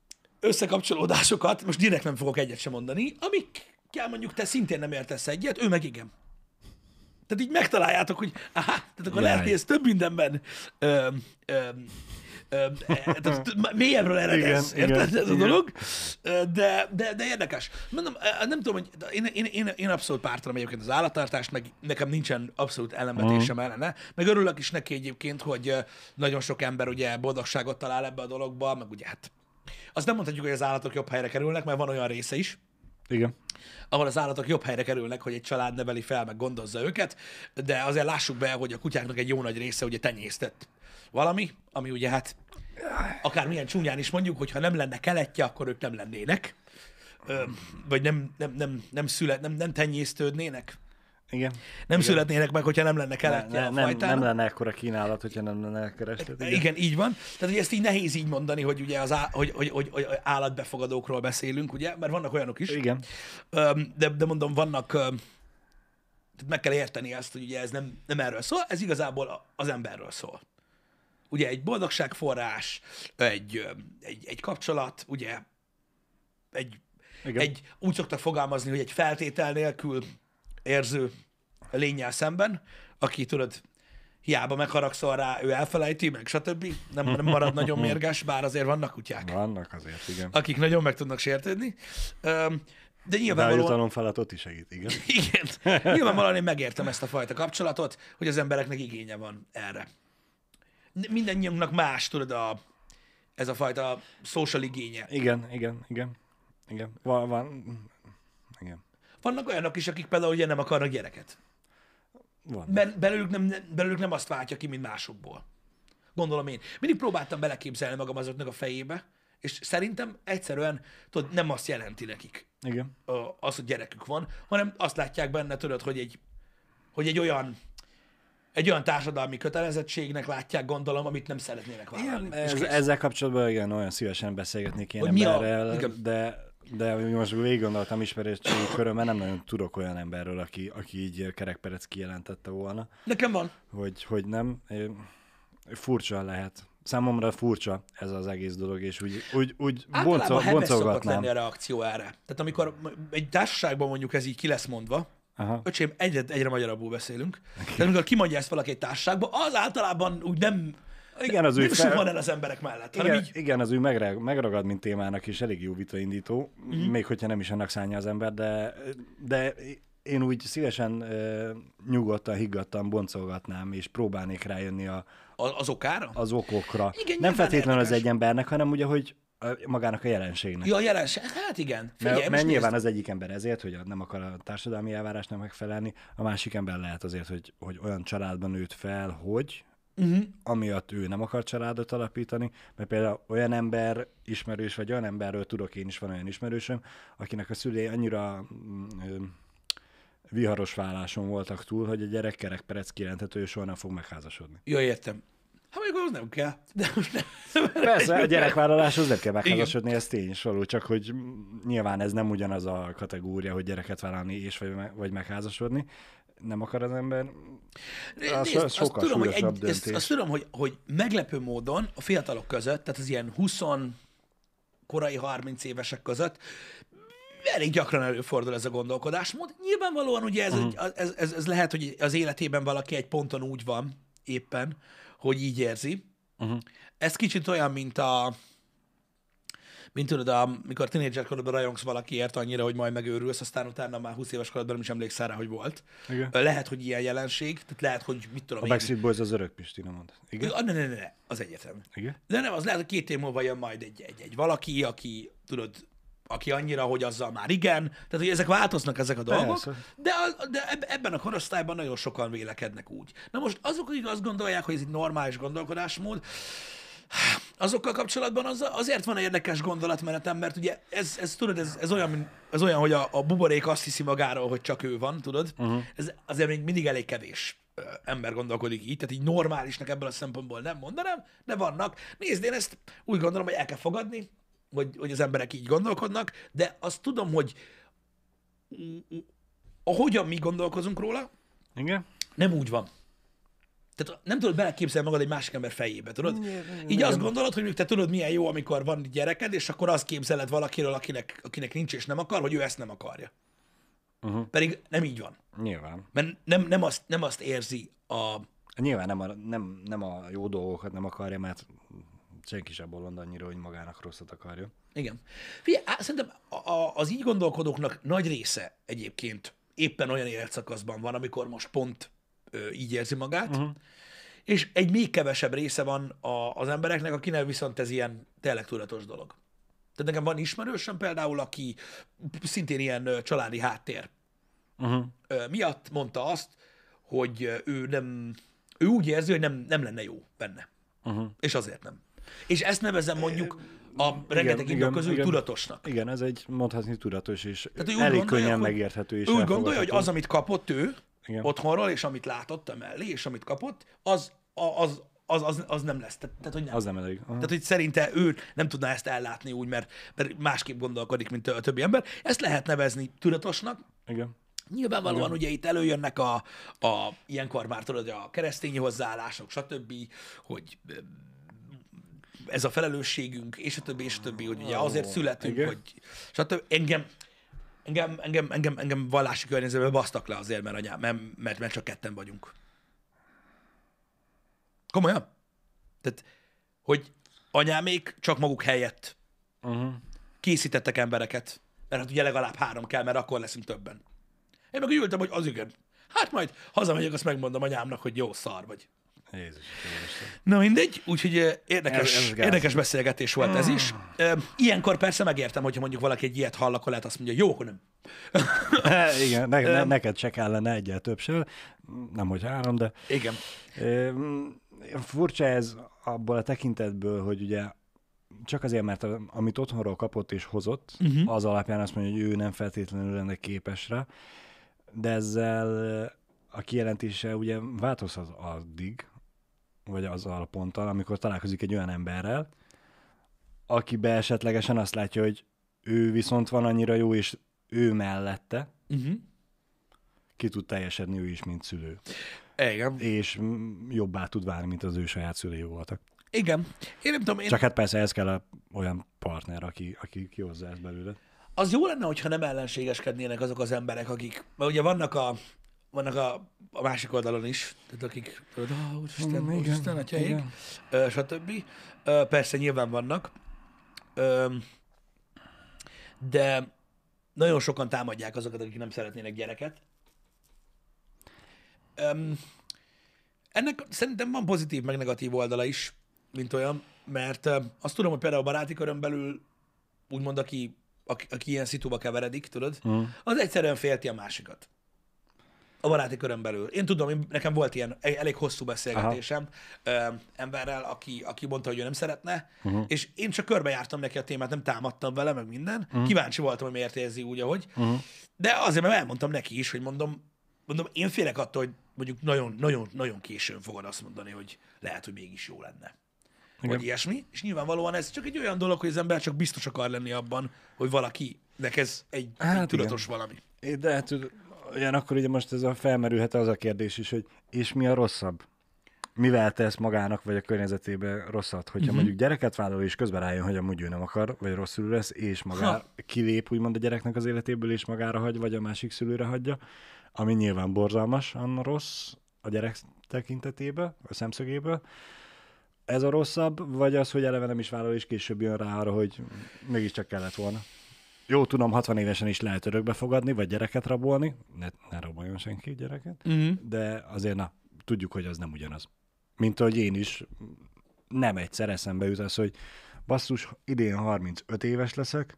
összekapcsolódásokat, most direkt nem fogok egyet sem mondani, amikkel mondjuk te szintén nem értesz egyet, ő meg igen. Tehát így megtaláljátok, hogy aha, tehát akkor lehet, hogy ez több mindenben ö, ö, ö, tehát mélyebbről ered ez, érted ez a dolog? De, de, de érdekes. Mondom, nem tudom, hogy én, én, én, én abszolút pártalom egyébként az állattartást, meg nekem nincsen abszolút ellenvetésem uh-huh. ellene, meg örülök is neki egyébként, hogy nagyon sok ember ugye boldogságot talál ebbe a dologba, meg ugye hát azt nem mondhatjuk, hogy az állatok jobb helyre kerülnek, mert van olyan része is, igen. ahol az állatok jobb helyre kerülnek, hogy egy család neveli fel, meg gondozza őket, de azért lássuk be, hogy a kutyáknak egy jó nagy része ugye tenyésztett valami, ami ugye hát akármilyen csúnyán is mondjuk, hogy ha nem lenne keletje, akkor ők nem lennének, Ö, vagy nem, nem, nem, nem, szület, nem, nem tenyésztődnének. Igen. Nem igen. születnének meg, hogyha nem lenne keletje ne, a nem, fajtának. nem lenne ekkora kínálat, hogyha nem lenne kereslet. Igen. igen, így van. Tehát ugye ezt így nehéz így mondani, hogy ugye az á, hogy, hogy, hogy, hogy állatbefogadókról beszélünk, ugye, mert vannak olyanok is. Igen. De, de mondom, vannak, tehát meg kell érteni ezt, hogy ugye ez nem, nem erről szól, ez igazából az emberről szól. Ugye egy boldogságforrás, egy, egy, egy kapcsolat, ugye egy, egy, úgy szoktak fogalmazni, hogy egy feltétel nélkül érző lényel szemben, aki tudod, hiába megharagszol rá, ő elfelejti, meg stb. Nem, nem marad nagyon mérges, bár azért vannak kutyák. Vannak azért, igen. Akik nagyon meg tudnak sértődni. De nyilvánvalóan... De a jutalom felett ott is segít, igen. Igen. Nyilvánvalóan én megértem ezt a fajta kapcsolatot, hogy az embereknek igénye van erre. Mindennyiunknak más, tudod, a, ez a fajta social igénye. Igen, igen, igen. Igen. Van, van. Igen. Vannak olyanok is, akik például ugye nem akarnak gyereket. Van. Mert belőlük nem, belőlük nem azt váltja ki, mint másokból. Gondolom én. Mindig próbáltam beleképzelni magam azoknak a fejébe, és szerintem egyszerűen tudod, nem azt jelenti nekik, Igen. az, hogy gyerekük van, hanem azt látják benne, tudod, hogy egy, hogy egy olyan egy olyan társadalmi kötelezettségnek látják, gondolom, amit nem szeretnének vállalni. Igen, ez, ezzel kapcsolatban igen, olyan szívesen beszélgetnék én hogy emberrel, a... de, de most végig gondoltam ismeretségi körömmel, nem nagyon tudok olyan emberről, aki, aki így kerekperec kijelentette volna. Nekem van. Hogy, hogy nem. Furcsa lehet. Számomra furcsa ez az egész dolog, és úgy, úgy, úgy boncolgatnám. Általában szokott lenni boncolgatnám. a reakció erre. Tehát amikor egy társaságban mondjuk ez így ki lesz mondva, aha. Öcsém, egyre, egyre magyarabbul beszélünk. Okay. De amikor kimondja ezt valaki egy társaságban, az általában úgy nem, igen, az nem fel... van el az emberek mellett. Igen, így... igen, az úgy megrag, megragad, mint témának, és elég jó vitaindító, mm-hmm. még hogyha nem is annak szánja az ember, de, de én úgy szívesen ö, nyugodtan, higgadtan boncolgatnám, és próbálnék rájönni a, A, az okára? az okokra. Igen, nem feltétlenül az érdekes. egy embernek, hanem ugye, hogy a, magának a jelenségnek. Ja, a jelenség. Hát igen. Figyelj, Mert, most mert nyilván nézd. az egyik ember ezért, hogy nem akar a társadalmi elvárásnak megfelelni, a másik ember lehet azért, hogy, hogy olyan családban nőtt fel, hogy Uh-huh. amiatt ő nem akar családot alapítani, mert például olyan ember ismerős, vagy olyan emberről tudok én is, van olyan ismerősöm, akinek a szülei annyira mm, ö, viharos válláson voltak túl, hogy a gyerek kerekperec kijelentett, hogy ő soha nem fog megházasodni. Ja, értem. Hát mondjuk az nem kell. De most nem. Persze, a gyerekvállaláshoz nem kell megházasodni, ez tény is való, csak hogy nyilván ez nem ugyanaz a kategória, hogy gyereket vállalni és vagy, me- vagy megházasodni. Nem akar az ember. Az Nézd, azt sokkal tudom, hogy súlyosabb egy, ezt, döntés. azt tudom, hogy, hogy meglepő módon a fiatalok között, tehát az ilyen húsz korai harminc évesek között elég gyakran előfordul ez a gondolkodásmód. Nyilvánvalóan ugye ez, uh-huh. ez, ez, ez lehet, hogy az életében valaki egy ponton úgy van éppen, hogy így érzi. Uh-huh. Ez kicsit olyan, mint a mint tudod, amikor tínédzser korodban rajongsz valakiért annyira, hogy majd megőrülsz, aztán utána már húsz éves korodban nem is emlékszel rá, hogy volt. Igen. Lehet, hogy ilyen jelenség, tehát lehet, hogy mit tudom A én. Backstreet Boys az örök Pisti, nem mond. Igen? Ah, ne, ne, ne, ne, az egyetem. Igen? De nem, az lehet, hogy két év múlva jön majd egy, egy, egy valaki, aki, tudod, aki annyira, hogy azzal már igen. Tehát, hogy ezek változnak, ezek a dolgok. Persze. De, a, de eb- ebben a korosztályban nagyon sokan vélekednek úgy. Na most azok, akik azt gondolják, hogy ez egy normális gondolkodásmód, azokkal kapcsolatban az, azért van egy érdekes gondolatmenetem, mert ugye ez, ez tudod, ez, ez, olyan, mint- ez olyan, hogy a, a buborék azt hiszi magáról, hogy csak ő van, tudod? Uh-huh. Ez azért még mindig elég kevés ö, ember gondolkodik így, tehát így normálisnak ebből a szempontból nem mondanám, de vannak. Nézd, én ezt úgy gondolom, hogy el kell fogadni, hogy, hogy az emberek így gondolkodnak, de azt tudom, hogy ahogyan mi gondolkozunk róla, Igen? nem úgy van. Tehát nem tudod beleképzelni magad egy másik ember fejébe, tudod? Igen, Így azt gondolod, hogy te tudod, milyen jó, amikor van gyereked, és akkor azt képzeled valakiről, akinek, akinek nincs és nem akar, hogy ő ezt nem akarja. Uh-huh. Pedig nem így van. Nyilván. Mert nem, nem, azt, nem azt érzi a... Nyilván nem a, nem, nem a jó dolgokat nem akarja, mert senki sem bolond annyira, hogy magának rosszat akarja. Igen. Figyelj, á, szerintem a, a, az így gondolkodóknak nagy része egyébként éppen olyan életszakaszban van, amikor most pont ö, így érzi magát, uh-huh. és egy még kevesebb része van a, az embereknek, akinek viszont ez ilyen tényleg tudatos dolog. Tehát nekem van ismerősöm például, aki szintén ilyen ö, családi háttér Uh-huh. ö, miatt mondta azt, hogy ö, ő nem, ő úgy érzi, hogy nem, nem lenne jó benne. Uh-huh. És azért nem. És ezt nevezem mondjuk a rengeteg indok közül igen. tudatosnak. Igen, ez egy mondhatni tudatos és Tehát, hogy úgy elég gondolja, könnyen hogy- megérthető és Ő úgy gondolja, hogy elfogadható. az, amit kapott ő Igen. otthonról, és amit látott mellé, és amit kapott, az, a- az, az, az, az nem lesz. Tehát, tehát, hogy nem. Az nem elég. Aha. Tehát, hogy szerinte ő nem tudná ezt ellátni úgy, mert, mert másképp gondolkodik, mint a többi ember. Ezt lehet nevezni tudatosnak. Igen. Nyilvánvalóan ugye itt előjönnek a, a ilyenkor már tudod, a keresztény hozzáállások, stb., hogy ö, ez a felelősségünk, és a többi, és a többi, hogy ugye azért születünk, igen. hogy stb. Engem, engem, engem, engem, engem vallási környezetben basztak le azért, mert, anyám, mert, mert, mert csak ketten vagyunk. Komolyan? Tehát, hogy anyámék csak maguk helyett Uh-huh. készítettek embereket, mert hát ugye legalább három kell, mert akkor leszünk többen. Én meg úgy ültem, hogy az igen. Hát majd hazamegyek, azt megmondom anyámnak, hogy jó, szar vagy. Jézus, Jézus. Na mindegy, úgyhogy ö, érdekes, Ez- ez gáz. érdekes beszélgetés volt ez is. Ö, Ilyenkor persze megértem, hogyha mondjuk valaki egy ilyet hall, akkor lehet azt mondja, jó, akkor nem. Igen, ne, ne, neked se kellene egyel több se, nem hogy három, de Igen. ö, furcsa ez abból a tekintetből, hogy ugye csak azért, mert a- amit otthonról kapott és hozott, uh-huh. az alapján azt mondja, hogy ő nem feltétlenül lenne képes rá, de ezzel a kijelentése ugye változhat addig, vagy azzal a ponttal, amikor találkozik egy olyan emberrel, akibe esetlegesen azt látja, hogy ő viszont van annyira jó, és ő mellette Uh-huh. ki tud teljesedni ő is, mint szülő. Igen. És mm, jobbá tud válni, mint az ő saját szülei voltak. Igen. Én nem tudom, én... Csak hát persze ez kell a, olyan partner, aki, aki kihozza ezt belőle. az jó lenne, hogyha nem ellenségeskednének azok az emberek, akik, mert ugye vannak a, vannak a, a másik oldalon is, tehát akik, tudod, ah, úristen, Mm, igen, úristen, atyaik, igen. ö, stb. Ö, persze nyilván vannak, ö, de nagyon sokan támadják azokat, akik nem szeretnének gyereket, Um, ennek szerintem van pozitív, meg negatív oldala is, mint olyan, mert uh, azt tudom, hogy például a baráti körön belül úgymond, aki, aki, aki ilyen szituba keveredik, tudod, mm. az egyszerűen félti a másikat. A baráti körön belül. Én tudom, én, nekem volt ilyen elég hosszú beszélgetésem ö, emberrel, aki, aki mondta, hogy ő nem szeretne, uh-huh. és én csak körbejártam neki a témát, nem támadtam vele, meg minden. Uh-huh. Kíváncsi voltam, hogy miért érzi úgy, ahogy. Uh-huh. De azért, mert elmondtam neki is, hogy mondom, mondom, én félek attól, hogy mondjuk nagyon-nagyon későn fogod azt mondani, hogy lehet, hogy mégis jó lenne. Igen. Vagy ilyesmi. És nyilvánvalóan ez csak egy olyan dolog, hogy az ember csak biztos akar lenni abban, hogy valakinek ez egy, hát egy tudatos igen. valami. De hát ugyanakkor ugye most ez a felmerülhet az a kérdés is, hogy és mi a rosszabb? Mivel tesz magának vagy a környezetében rosszat? Hogyha uh-huh. mondjuk gyereket vállal, és közben rájön, hogy amúgy ő nem akar, vagy rosszul lesz, és magára kilép úgymond a gyereknek az életéből, és magára hagy, vagy a másik szülőre hagyja, ami nyilván borzalmasan rossz a gyerek tekintetéből, a szemszögéből. Ez a rosszabb, vagy az, hogy eleve nem is vállal, és később jön rá arra, hogy mégiscsak kellett volna. Jó, tudom, hatvan évesen is lehet örökbe fogadni, vagy gyereket rabolni, ne, ne raboljon senki gyereket, uh-huh. de azért na, tudjuk, hogy az nem ugyanaz. Mint ahogy én is nem egyszer eszembe jut az, hogy basszus, idén harmincöt éves leszek,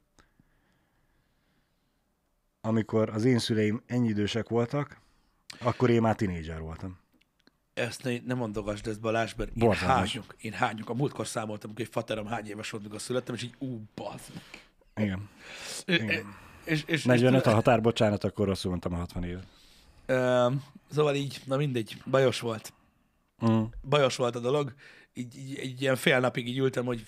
amikor az én szüleim ennyi idősek voltak, akkor én már tinédzser voltam. Ezt ne, ne mondogasd, ez Balázs, mert én hányok, én hányok. A múltkor számoltam, hogy faterom hány éves volt, mikor születtem, és így ú, bazd meg. Igen. Igen. És, és, negyvenöt a határ, bocsánat, akkor rosszul mondtam a hatvan évet. Uh, szóval így, na mindegy, bajos volt. Uh-huh. Bajos volt a dolog. Így, így, egy ilyen fél napig így ültem, hogy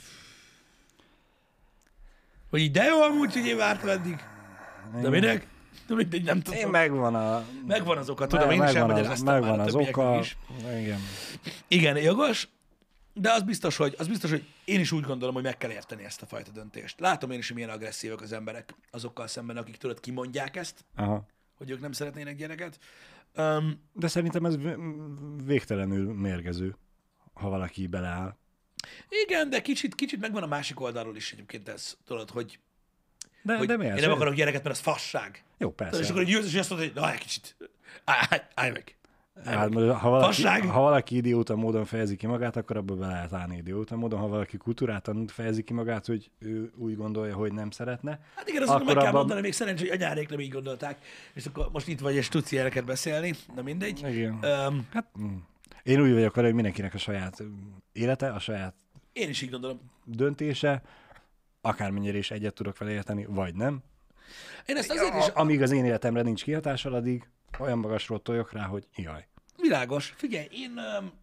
hogy így de jó amúgy, hogy én vártam eddig. De minek? De mindegy, nem tudom. Én megvan a... Megvan az oka, tudom, én is elmagyaráztam már a többieknek is. Igen. Igen, jogos. De az biztos, hogy, az biztos, hogy én is úgy gondolom, hogy meg kell érteni ezt a fajta döntést. Látom én is, hogy milyen agresszívak az emberek azokkal szemben, akik tudod kimondják ezt, Aha. hogy ők nem szeretnének gyereket. Um, De szerintem ez végtelenül mérgező, ha valaki beleáll. Igen, de kicsit, kicsit megvan a másik oldalról is egyébként ez, tudod, hogy, de, hogy de én nem akarok gyereket, mert az fasság. Jó, persze. Tudod, és akkor jössz, és azt mondod, hogy na, egy kicsit, állj, állj meg. Hát, ha, valaki, ha valaki idióta módon fejezi ki magát, akkor abban be lehet állni idióta módon. Ha valaki kultúráltan fejezi ki magát, hogy ő úgy gondolja, hogy nem szeretne. Hát igen, azt meg abban... kell mondani, még szerencsé, hogy anyárék nem így gondolták, és akkor most itt vagy, és tudsz ilyeneket beszélni, de mindegy. Igen. Um, hát, én úgy vagyok vele, hogy mindenkinek a saját élete, a saját én is így gondolom. Döntése, akármennyire is egyet tudok vele érteni, vagy nem. Én ezt azért is... Amíg az én életemre nincs kihatással, addig olyan magasról toljok rá, hogy jaj. Világos. Figyelj, én,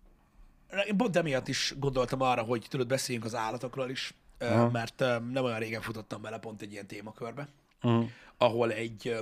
én pont emiatt is gondoltam arra, hogy tudod, beszéljünk az állatokról is, uh-huh. mert nem olyan régen futottam bele pont egy ilyen témakörbe, uh-huh. ahol egy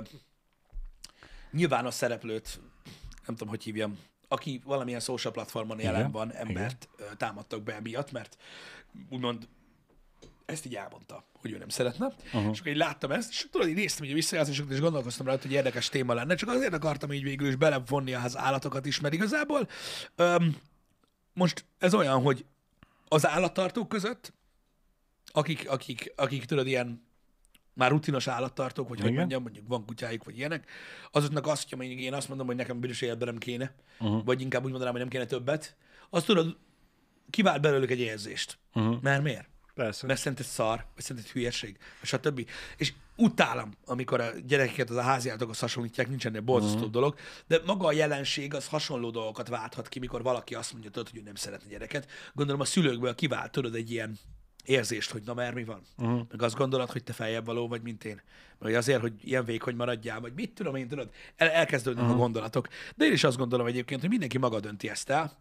nyilvános szereplőt, nem tudom, hogy hívjam, aki valamilyen social platformon jelen Igen. van, embert Igen. támadtak be emiatt, mert úgymond ezt így elmondta, hogy ő nem szeretne. Uh-huh. És akkor így láttam ezt, és tudod, így néztem így a visszajelzéseket, és gondolkoztam rá, hogy érdekes téma lenne, csak azért akartam így végül is belevonni az állatokat is, mert igazából öm, most ez olyan, hogy az állattartók között, akik, akik, akik tudod, ilyen már rutinos állattartók, vagy Igen. hogy mondjam, mondjuk van kutyájuk, vagy ilyenek, azoknak azt, hogy én azt mondom, hogy nekem büdös életben nem kéne, uh-huh. vagy inkább úgy mondanám, hogy nem kéne többet, azt tudod, kivált belőlük egy érzést. Uh-huh. Mert miért? Persze. Mert szerinted szar, vagy szerinted hülyeség, stb. És utálom, amikor a gyerekeket az a háziállatokhoz hasonlítják, nincs ennél borzasztó uh-huh. dolog, de maga a jelenség az hasonló dolgokat válthat ki, mikor valaki azt mondja, tudod, hogy ő nem szeretne gyereket. Gondolom a szülőkből kivált, tudod, egy ilyen érzést, hogy na mert mi van. Uh-huh. Meg azt gondolod, hogy te feljebb való vagy, mint én. Vagy azért, hogy ilyen vékony maradjál, vagy mit tudom én, tudod, el- elkezdődnek uh-huh. a gondolatok. De én is azt gondolom egyébként, hogy mindenki maga dönti ezt el,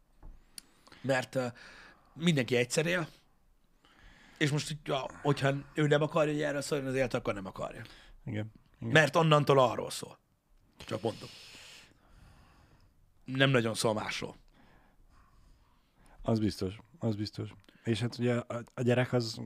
mert uh, mindenki egyszer él, és most, ja, hogyha ő nem akarja, hogy erre szóljon az élet, akkor nem akarja. Igen. Igen. Mert onnantól arról szól. Csak mondom. Nem nagyon szól másról. Az biztos, az biztos. És hát ugye a, a gyerek az,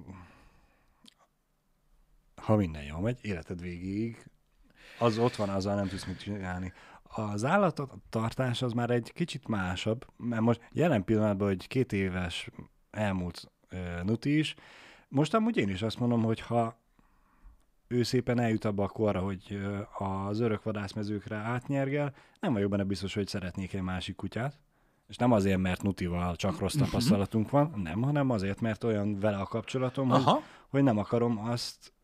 ha minden jól megy, életed végéig, az ott van, azzal nem tudsz mit csinálni. Az állattartás az már egy kicsit másabb, mert most jelen pillanatban, hogy két éves elmúlt uh, Nuti is, most amúgy én is azt mondom, hogy ha ő szépen eljut abba a korra, hogy ö, az örök vadászmezőkre átnyergel, nem vagyok benne biztos, hogy szeretnék egy másik kutyát. És nem azért, mert Nutival csak rossz tapasztalatunk van, nem, hanem azért, mert olyan vele a kapcsolatom, hogy, hogy nem akarom azt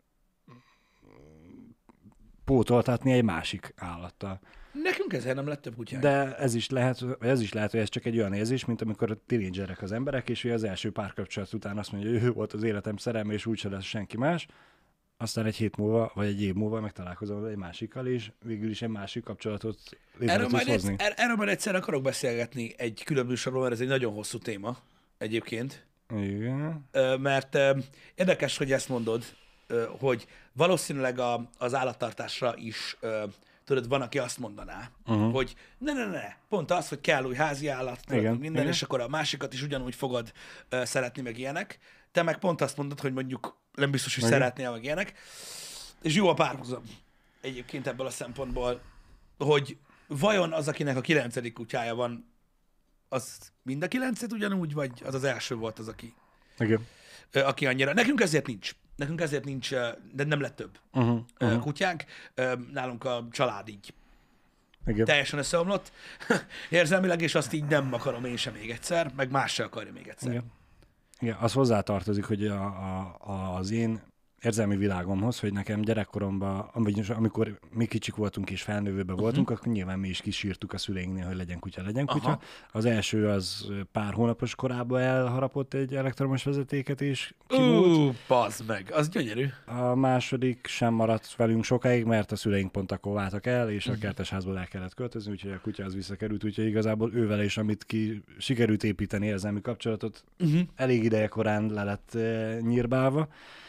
pótoltatni egy másik állattal. Nekünk ezért nem lett több kutyánk. De ez is lehet, ez is lehet, hogy ez csak egy olyan érzés, mint amikor a tínédzserek az emberek, és az első párkapcsolat után azt mondja, hogy ő volt az életem szerelme, és úgyse lesz senki más. Aztán egy hét múlva, vagy egy év múlva megtalálkozom egy másikkal, és végül is egy másik kapcsolatot létre tudsz hozni. Er, erről majd egyszer akarok beszélgetni egy külön műsorról, mert ez egy nagyon hosszú téma egyébként. Igen. Mert érdekes, hogy ezt mondod, hogy valószínűleg a, az állattartásra is, tudod, van, aki azt mondaná, uh-huh. hogy ne, ne, ne, pont az, hogy kell új házi állat, tudod, igen, minden, igen. és akkor a másikat is ugyanúgy fogod szeretni, meg ilyenek. Te meg pont azt mondod, hogy mondjuk nem biztos, hogy igen. szeretnél, meg ilyenek. És jó a párhuzam egyébként ebből a szempontból, hogy vajon az, akinek a kilencedik kutyája van, az mind a kilencet ugyanúgy, vagy az az első volt az, aki, igen. aki annyira. Nekünk ezért nincs. Nekünk ezért nincs, de nem lett több uh-huh, uh-huh. kutyánk. Nálunk a család így igen. teljesen összeomlott érzelmileg, és azt így nem akarom én sem még egyszer, meg más se akarja még egyszer. Igen. Igen, az hozzátartozik, hogy a, a, az én érzelmi világomhoz, hogy nekem gyerekkoromban, amikor mi kicsik voltunk és felnővőben voltunk, uh-huh. akkor nyilván mi is kisírtuk a szüleinknél, hogy legyen kutya, legyen kutya. Aha. Az első az pár hónapos korában elharapott egy elektromos vezetéket és kimúlt. Ú, bazd meg, az gyönyörű. A második sem maradt velünk sokáig, mert a szüleink pont akkor váltak el, és a uh-huh. kertesházból el kellett költözni, úgyhogy a kutya az visszakerült, úgyhogy igazából ővel is, amit ki sikerült építeni érzelmi kapcsolatot, uh-huh. elég ideje korán le lett e, nyírbálva.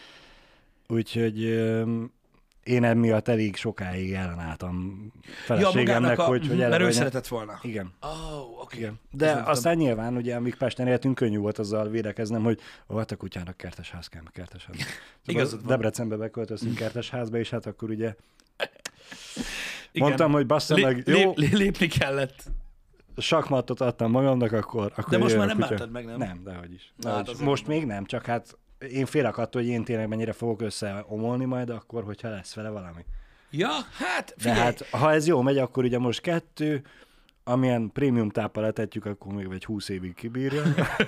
Úgyhogy um, én emiatt elég sokáig ellenálltam feleségemnek, ja, a, hogy, hogy mert ő szeretett volna. Igen. Oh, okay. Igen. De Köszönöm. Aztán nyilván, ugye, amíg Pesten éltünk, könnyű volt azzal védekeznem, hogy hát a kutyának kertesház kell, meg kertesház. Szóval Debrecenbe beköltöztünk kertesházba, és hát akkor ugye igen. mondtam, hogy bassza lé- meg, jó. Lép, lépni kellett. Sakmattot adtam magamnak, akkor, akkor de most már nem kutya. bántad meg, nem? Nem, dehogy is. Na, dehogy. Hát most még nem, csak hát én félek attól, hogy én tényleg mennyire fogok összeomolni majd akkor, hogyha lesz vele valami. Ja, hát figyelj. De hát, ha ez jó megy, akkor ugye most kettő, amilyen prémium táppal etetjük, akkor még egy húsz évig kibírja.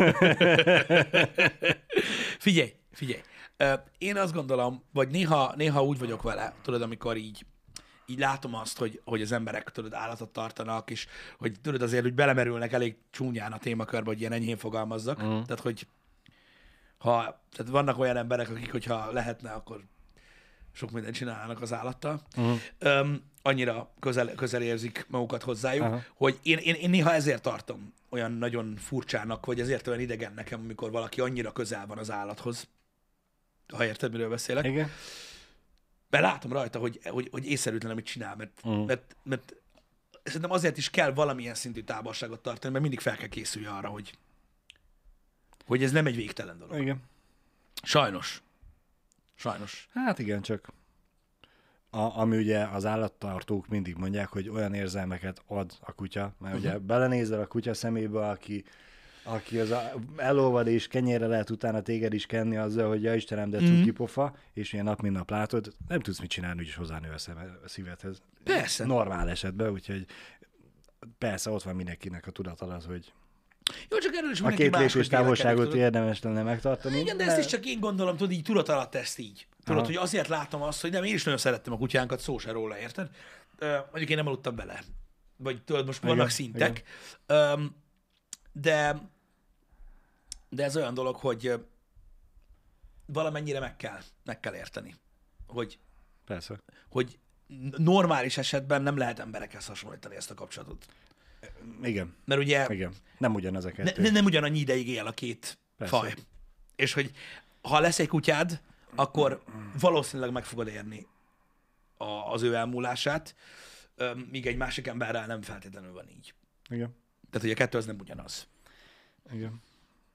Figyelj, figyelj. Én azt gondolom, vagy néha, néha úgy vagyok vele, tudod, amikor így, így látom azt, hogy, hogy az emberek, tudod, állatot tartanak, és hogy tudod, azért, hogy belemerülnek elég csúnyán a témakörbe, hogy ilyen enyhén fogalmazzak. Uh-huh. Tehát, hogy ha, tehát vannak olyan emberek, akik, hogyha lehetne, akkor sok mindent csinálnak az állattal. Uh-huh. Um, annyira közel, közel érzik magukat hozzájuk, uh-huh. hogy én, én, én néha ezért tartom olyan nagyon furcsának, vagy ezért olyan idegen nekem, amikor valaki annyira közel van az állathoz. Ha érted, miről beszélek. Igen. Mert látom rajta, hogy, hogy, hogy észszerűtlen, amit csinál, mert, uh-huh. mert, mert szerintem azért is kell valamilyen szintű távolságot tartani, mert mindig fel kell készülni arra, hogy hogy ez nem egy végtelen dolog. Igen. Sajnos. Sajnos. Hát igen, csak a, ami ugye az állattartók mindig mondják, hogy olyan érzelmeket ad a kutya, mert uh-huh. ugye belenézel a kutya szemébe, aki, aki az a, elolvad és kenyérre lehet utána téged is kenni azzal, hogy ja Istenem, de cuki uh-huh. pofa, és ilyen nap mint nap látod, nem tudsz mit csinálni, úgyis hozzánő a, szeme, a szívedhez. Persze. Normál esetben, úgyhogy persze ott van mindenkinek a tudata az, hogy jó, csak erről is a két lépés távolságot érdemes lenne megtartani. Igen, de ezt is csak én gondolom, tudod, így tudat alatt ezt így. Tudod, aha. hogy azért látom azt, hogy nem, én is nagyon szerettem a kutyánkat, szó se róla, érted? Uh, mondjuk én nem aludtam bele. Vagy tudod, most vannak igen, szintek. Um, de, de ez olyan dolog, hogy valamennyire meg kell, meg kell érteni. Hogy, persze. Hogy normális esetben nem lehet emberekhez hasonlítani ezt a kapcsolatot. Igen. Mert ugye igen. Nem ugyanaz a kettő. Ne, nem ugyanannyi ideig él a két persze. faj. És hogy ha lesz egy kutyád, akkor valószínűleg meg fogod érni a, az ő elmúlását, míg egy másik emberrel nem feltétlenül van így. Igen. Tehát, hogy a kettő az nem ugyanaz. Igen.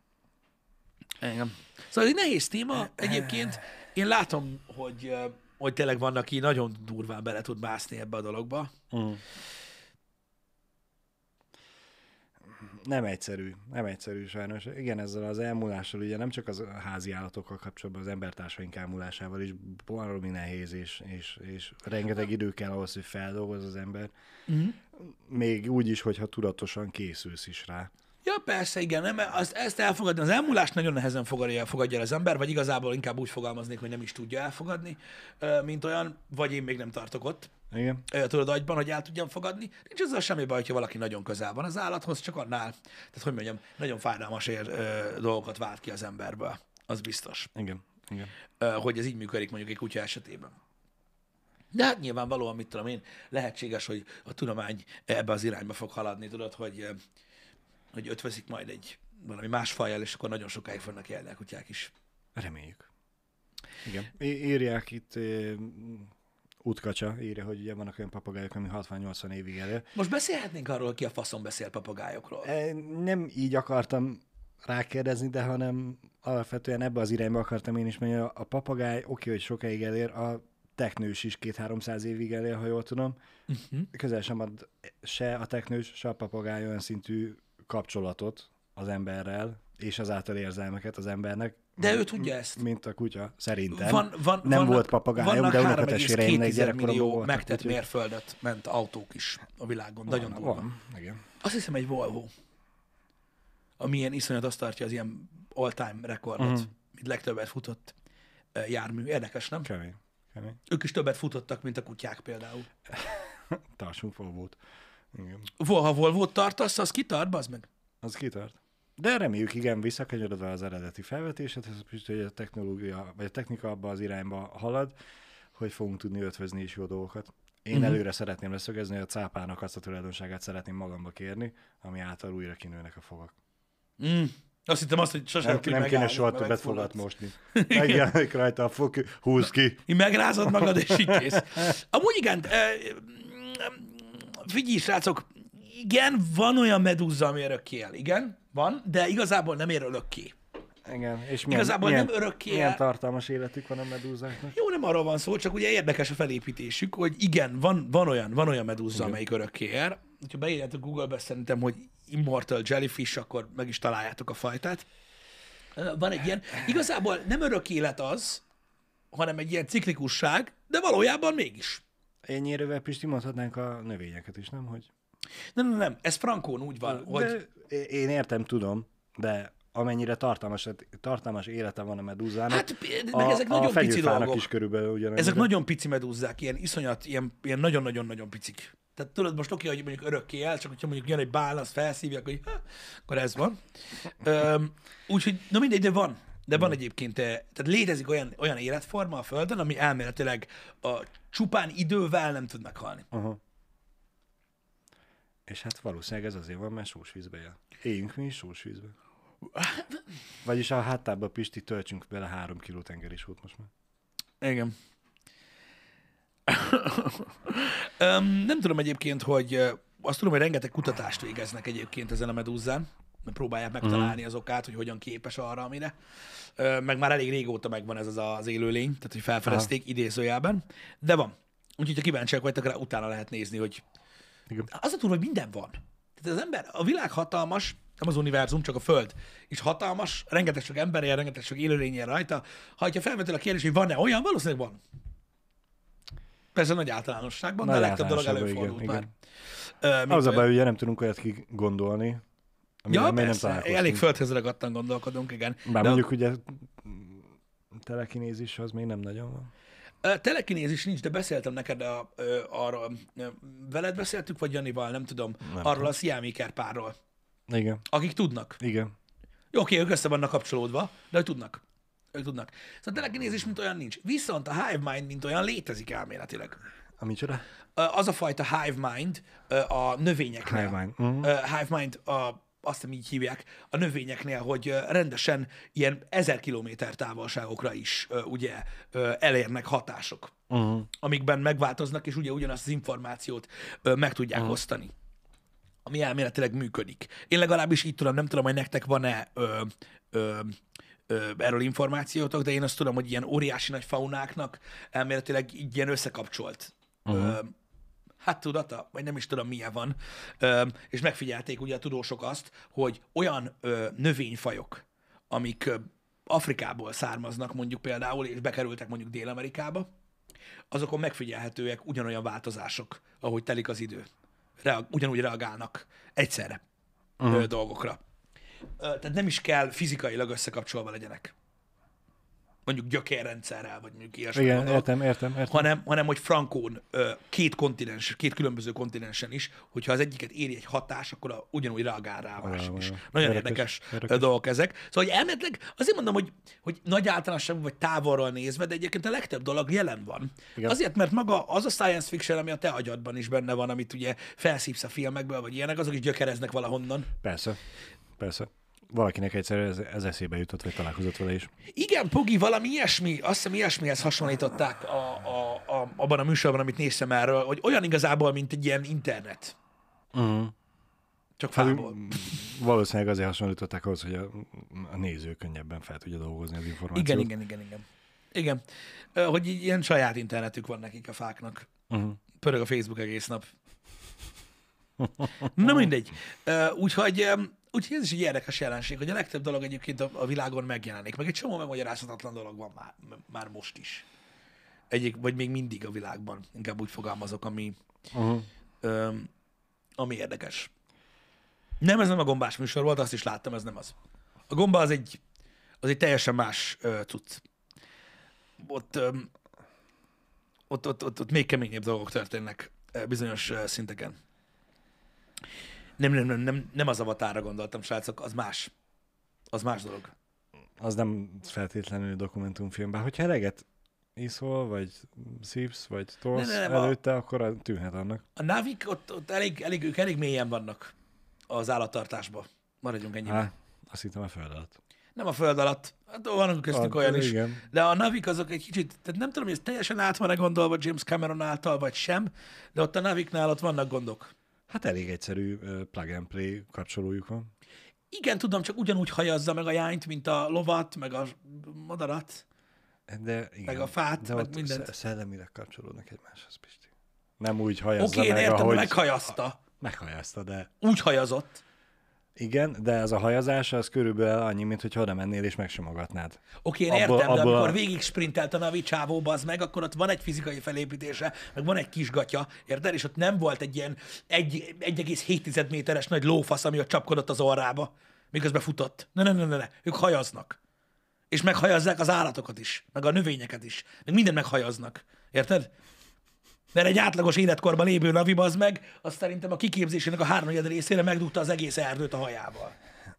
Igen. Szóval ez egy nehéz téma egyébként. Én látom, hogy, hogy tényleg van, aki nagyon durván bele tud mászni ebbe a dologba. Mm. Nem egyszerű, nem egyszerű sajnos. Igen, ezzel az elmúlással, ugye nem csak az házi állatokkal kapcsolatban, az embertársaink elmúlásával is baromi nehéz, és, és, és rengeteg idő kell ahhoz, hogy feldolgoz az ember. Uh-huh. Még úgy is, hogyha tudatosan készülsz is rá. Ja, persze, igen, nem, azt, ezt elfogadni. Az elmúlást nagyon nehezen fogadja, fogadja el az ember, vagy igazából inkább úgy fogalmaznék, hogy nem is tudja elfogadni, mint olyan, vagy én még nem tartok ott. Igen. Tudod, agyban, hogy el tudjam fogadni. Nincs azzal semmi baj, hogyha valaki nagyon közel van az állathoz, csak annál, tehát hogy mondjam, nagyon fájdalmas ér, ö, dolgokat vált ki az emberből. Az biztos. Igen, igen. Ö, hogy ez így működik mondjuk egy kutya esetében. De hát nyilvánvalóan, mit tudom én, lehetséges, hogy a tudomány ebbe az irányba fog haladni, tudod, hogy, hogy ötvözik majd egy valami más fajjal, és akkor nagyon sokáig fognak élni a kutyák is. Reméljük. Igen. Í- írják itt... Útkacsa írja, hogy ugye vannak olyan papagájok, ami hatvan-nyolcvan évig él. Most beszélhetnénk arról, ki a faszon beszél papagájokról. Nem így akartam rákérdezni, de hanem alapvetően ebbe az irányba akartam én is menni. A papagáj oké, hogy sokáig elér, a teknős is két-háromszáz évig elér, ha jól tudom. Uh-huh. Közel sem ad se a teknős, se a papagáj olyan szintű kapcsolatot az emberrel, és azáltal érzelmeket az embernek. De ő tudja ezt. Mint a kutya, szerintem. Van, van, nem vannak, volt papagájom, de unokatestvéreimnek gyerekkoromban voltak. Megtett úgy, mérföldet ment autók is a világon. Van, nagyon durva. Van, igen. Azt hiszem egy Volvo, ami ilyen iszonyat azt tartja az ilyen all-time rekordot, uh-huh. mint legtöbbet futott uh, jármű. Érdekes, nem? Kemény. Kemény. Ők is többet futottak, mint a kutyák például. Tartsunk Volvót. Igen. Ha Volvót tartasz, az kitart, bazd meg? Az kitart. De reméljük, igen, visszakanyarodva az eredeti felvetéshez, hogy a technológia, vagy a technika abba az irányba halad, hogy fogunk tudni ötvözni is jó dolgokat. Én uh-huh. előre szeretném leszögezni, hogy a cápának azt a tulajdonságát szeretném magamba kérni, ami által újra kinőnek a fogak. Mm. Azt hittem azt, hogy sosem nem, nem kéne soha többet fogat mosni. Megjelenik rajta a fog, húz ki. Megrázod magad, és így kész. Amúgy igen, figyelj, srácok, igen, van olyan medúza, ami örökké él. Igen, van, de igazából nem ér örökké. Igen, és milyen, igazából milyen, nem örökké milyen él. tartalmas életük van a medúzáknak? Jó, nem arról van szó, csak ugye érdekes a felépítésük, hogy igen, van, van olyan, van olyan medúza, igen. amelyik örökké ér. Ha beírjátok Google-be szerintem, hogy Immortal Jellyfish, akkor meg is találjátok a fajtát. Van egy ilyen, igazából nem örök élet az, hanem egy ilyen ciklikusság, de valójában mégis. Ennyirével, Pisti, mondhatnánk a növényeket is, nem? Hogy... Nem, nem, nem, ez frankón úgy van, de hogy... Én értem, tudom, de amennyire tartalmas, tartalmas élete van a medúzának, hát, meg ezek a, nagyon a pici dolgok. is körülbelül ugyanannyira. Ezek nagyon pici medúzzák, ilyen iszonyat, ilyen, ilyen nagyon-nagyon-nagyon picik. Tehát tudod, most oké, hogy mondjuk örökké el, csak hogyha mondjuk jön egy bál, azt felszívják, hogy ha, akkor ez van. Üm, úgyhogy, na mindegy, de van. De van egyébként, tehát létezik olyan, olyan életforma a Földön, ami elméletileg a csupán idővel nem tud meghalni. Aha. És hát valószínűleg ez azért van, mert sós vízbe él. Éljünk mi is sós vízbe. Vagyis a háttába, Pisti, töltsünk bele három kiló tengerisót most már. Igen. um, nem tudom egyébként, hogy azt tudom, hogy rengeteg kutatást végeznek egyébként ezen a medúzzán, próbálják megtalálni az okát, hogy hogyan képes arra, amire. Meg már elég régóta megvan ez az az élőlény, tehát hogy felfedezték Aha. idézőjelben, de van. Úgyhogy ha kíváncsiak vagytok rá, utána lehet nézni, hogy igen. Az a túl, hogy minden van. Tehát az ember, a világ hatalmas, nem az univerzum, csak a Föld is hatalmas, rengeteg sok ember él, rengeteg sok élőlény él rajta. Ha felvetül a kérdés, hogy van-e olyan, valószínűleg van. Persze nagy általánosságban, nagy de a legtöbb dolog előfordult igen, már. Igen. Uh, az a baj, ugye nem tudunk olyat kigondolni. Ja, persze, nem elég földhez ragadtan gondolkodunk, igen. Bár de mondjuk a... ugye telekinézis az még nem nagyon van. Uh, telekinézis nincs, de beszéltem neked a, uh, arról, uh, veled beszéltük, vagy Janival, nem tudom, nem arról tudom. A sziáméker párról. Igen. Akik tudnak. Igen. Jó, oké, ők össze vannak kapcsolódva, de ők tudnak. Ők tudnak. Szóval a telekinézis mint olyan nincs. Viszont a hive mind mint olyan létezik elméletileg. A micsoda? Az a fajta hive mind a növényeknél. Hive mind. Uh-huh. Hive mind, a, azt nem így hívják, a növényeknél, hogy rendesen ilyen ezer kilométer távolságokra is ugye elérnek hatások, uh-huh. amikben megváltoznak, és ugye ugyanazt az információt meg tudják uh-huh. osztani, ami elméletileg működik. Én legalábbis így tudom, nem tudom, hogy nektek van-e ö, ö, ö, erről információtok, de én azt tudom, hogy ilyen óriási nagy faunáknak elméletileg így ilyen összekapcsolt uh-huh. ö, hát tudata, vagy nem is tudom milyen van, ö, és megfigyelték ugye a tudósok azt, hogy olyan ö, növényfajok, amik ö, Afrikából származnak mondjuk például, és bekerültek mondjuk Dél-Amerikába, azokon megfigyelhetőek ugyanolyan változások, ahogy telik az idő. Reag- ugyanúgy reagálnak egyszerre uh-huh. ö, dolgokra. Ö, tehát nem is kell fizikailag összekapcsolva legyenek. Mondjuk gyökérrendszerrel, vagy mondjuk ilyesmi. Igen, gondolok, értem, értem, értem. hanem, hanem hogy frankón ö, két kontinens, két különböző kontinensen is, hogyha az egyiket éri egy hatás, akkor a, ugyanúgy reagál rá a másik is. Nagyon érdekes, érdekes, érdekes dolgok ezek. Szóval, hogy elméletileg azért mondom, hogy, hogy nagy általánosságban vagy távolról nézve, de egyébként a legtöbb dolog jelen van. Igen. Azért, mert maga az a science fiction, ami a te agyadban is benne van, amit ugye felszívsz a filmekből, vagy ilyenek, azok is gyökereznek valahonnan. Persze, persze. Valakinek egyszer ez, ez eszébe jutott, vagy találkozott vele is. Igen, Pogi, valami ilyesmi, azt hiszem ilyesmihez hasonlították a, a, a, abban a műsorban, amit néztem erről, hogy olyan igazából, mint egy ilyen internet. Uh-huh. Csak fából. Hát, valószínűleg azért hasonlították ahhoz, hogy a, a néző könnyebben fel tudja dolgozni az információt. Igen, igen, igen, igen. Igen, hogy így ilyen saját internetük van nekik a fáknak. Uh-huh. Pörög a Facebook egész nap. Na mindegy. Úgyhogy... Úgyhogy ez is egy érdekes jelenség, hogy a legtöbb dolog egyébként a, a világon megjelenik. Meg egy csomó megmagyarázhatatlan dolog van már, már most is. Egyik, vagy még mindig a világban. Inkább úgy fogalmazok, ami, uh-huh. öm, ami érdekes. Nem, ez nem a gombás műsor volt, azt is láttam, ez nem az. A gomba az egy, az egy teljesen más ö, cucc. Ott, öm, ott, ott, ott, ott még keményebb dolgok történnek ö, bizonyos ö, szinteken. Nem, nem, nem, nem, nem az Avatarra gondoltam, srácok, az más. Az más dolog. Az nem feltétlenül dokumentumfilm, hogyha eleget iszol, vagy szívsz, vagy tolsz ne, ne, nem, előtte, a, akkor tűnhet annak. A Navik ott, ott elég, elég, ők elég mélyen vannak az állattartásban. Maradjunk ennyiben. Há, azt hittem a föld alatt. Nem a föld alatt. Hát vannak köztünk olyan is. Igen. De a Navik azok egy kicsit, tehát nem tudom, hogy ez teljesen át van-e gondolva James Cameron által, vagy sem, de ott a Naviknál ott vannak gondok. Hát elég egyszerű uh, plug and play kapcsolójuk van. Igen, tudom, csak ugyanúgy hajazza meg a jányt, mint a lovat, meg a madarat, de, igen, meg a fát, de meg mindent. Szellemileg kapcsolódnak egymáshoz, Pisti. Nem úgy hajazza okay, meg, értem, ahogy... meghajazta. Ha, meghajazta, de... Úgy hajazott. Igen, de ez a hajazás az körülbelül annyi, mint hogy oda mennél és megsimogatnád. Oké, én abból, értem, de abból amikor a... végig sprintelt a Navi csávóba, az meg, akkor ott van egy fizikai felépítése, meg van egy kis gatya, érted? És ott nem volt egy ilyen egy egész hét méteres nagy lófasz, ami ott csapkodott az orrába, miközben futott. Ne, ne, ne, ne, ne. Ők hajaznak. És meghajazzák az állatokat is, meg a növényeket is. Meg mindent meghajaznak. Érted? Mert egy átlagos életkorban lévő Navi, az meg, azt szerintem a kiképzésének a háromnegyed részére megdugta az egész erdőt a hajával.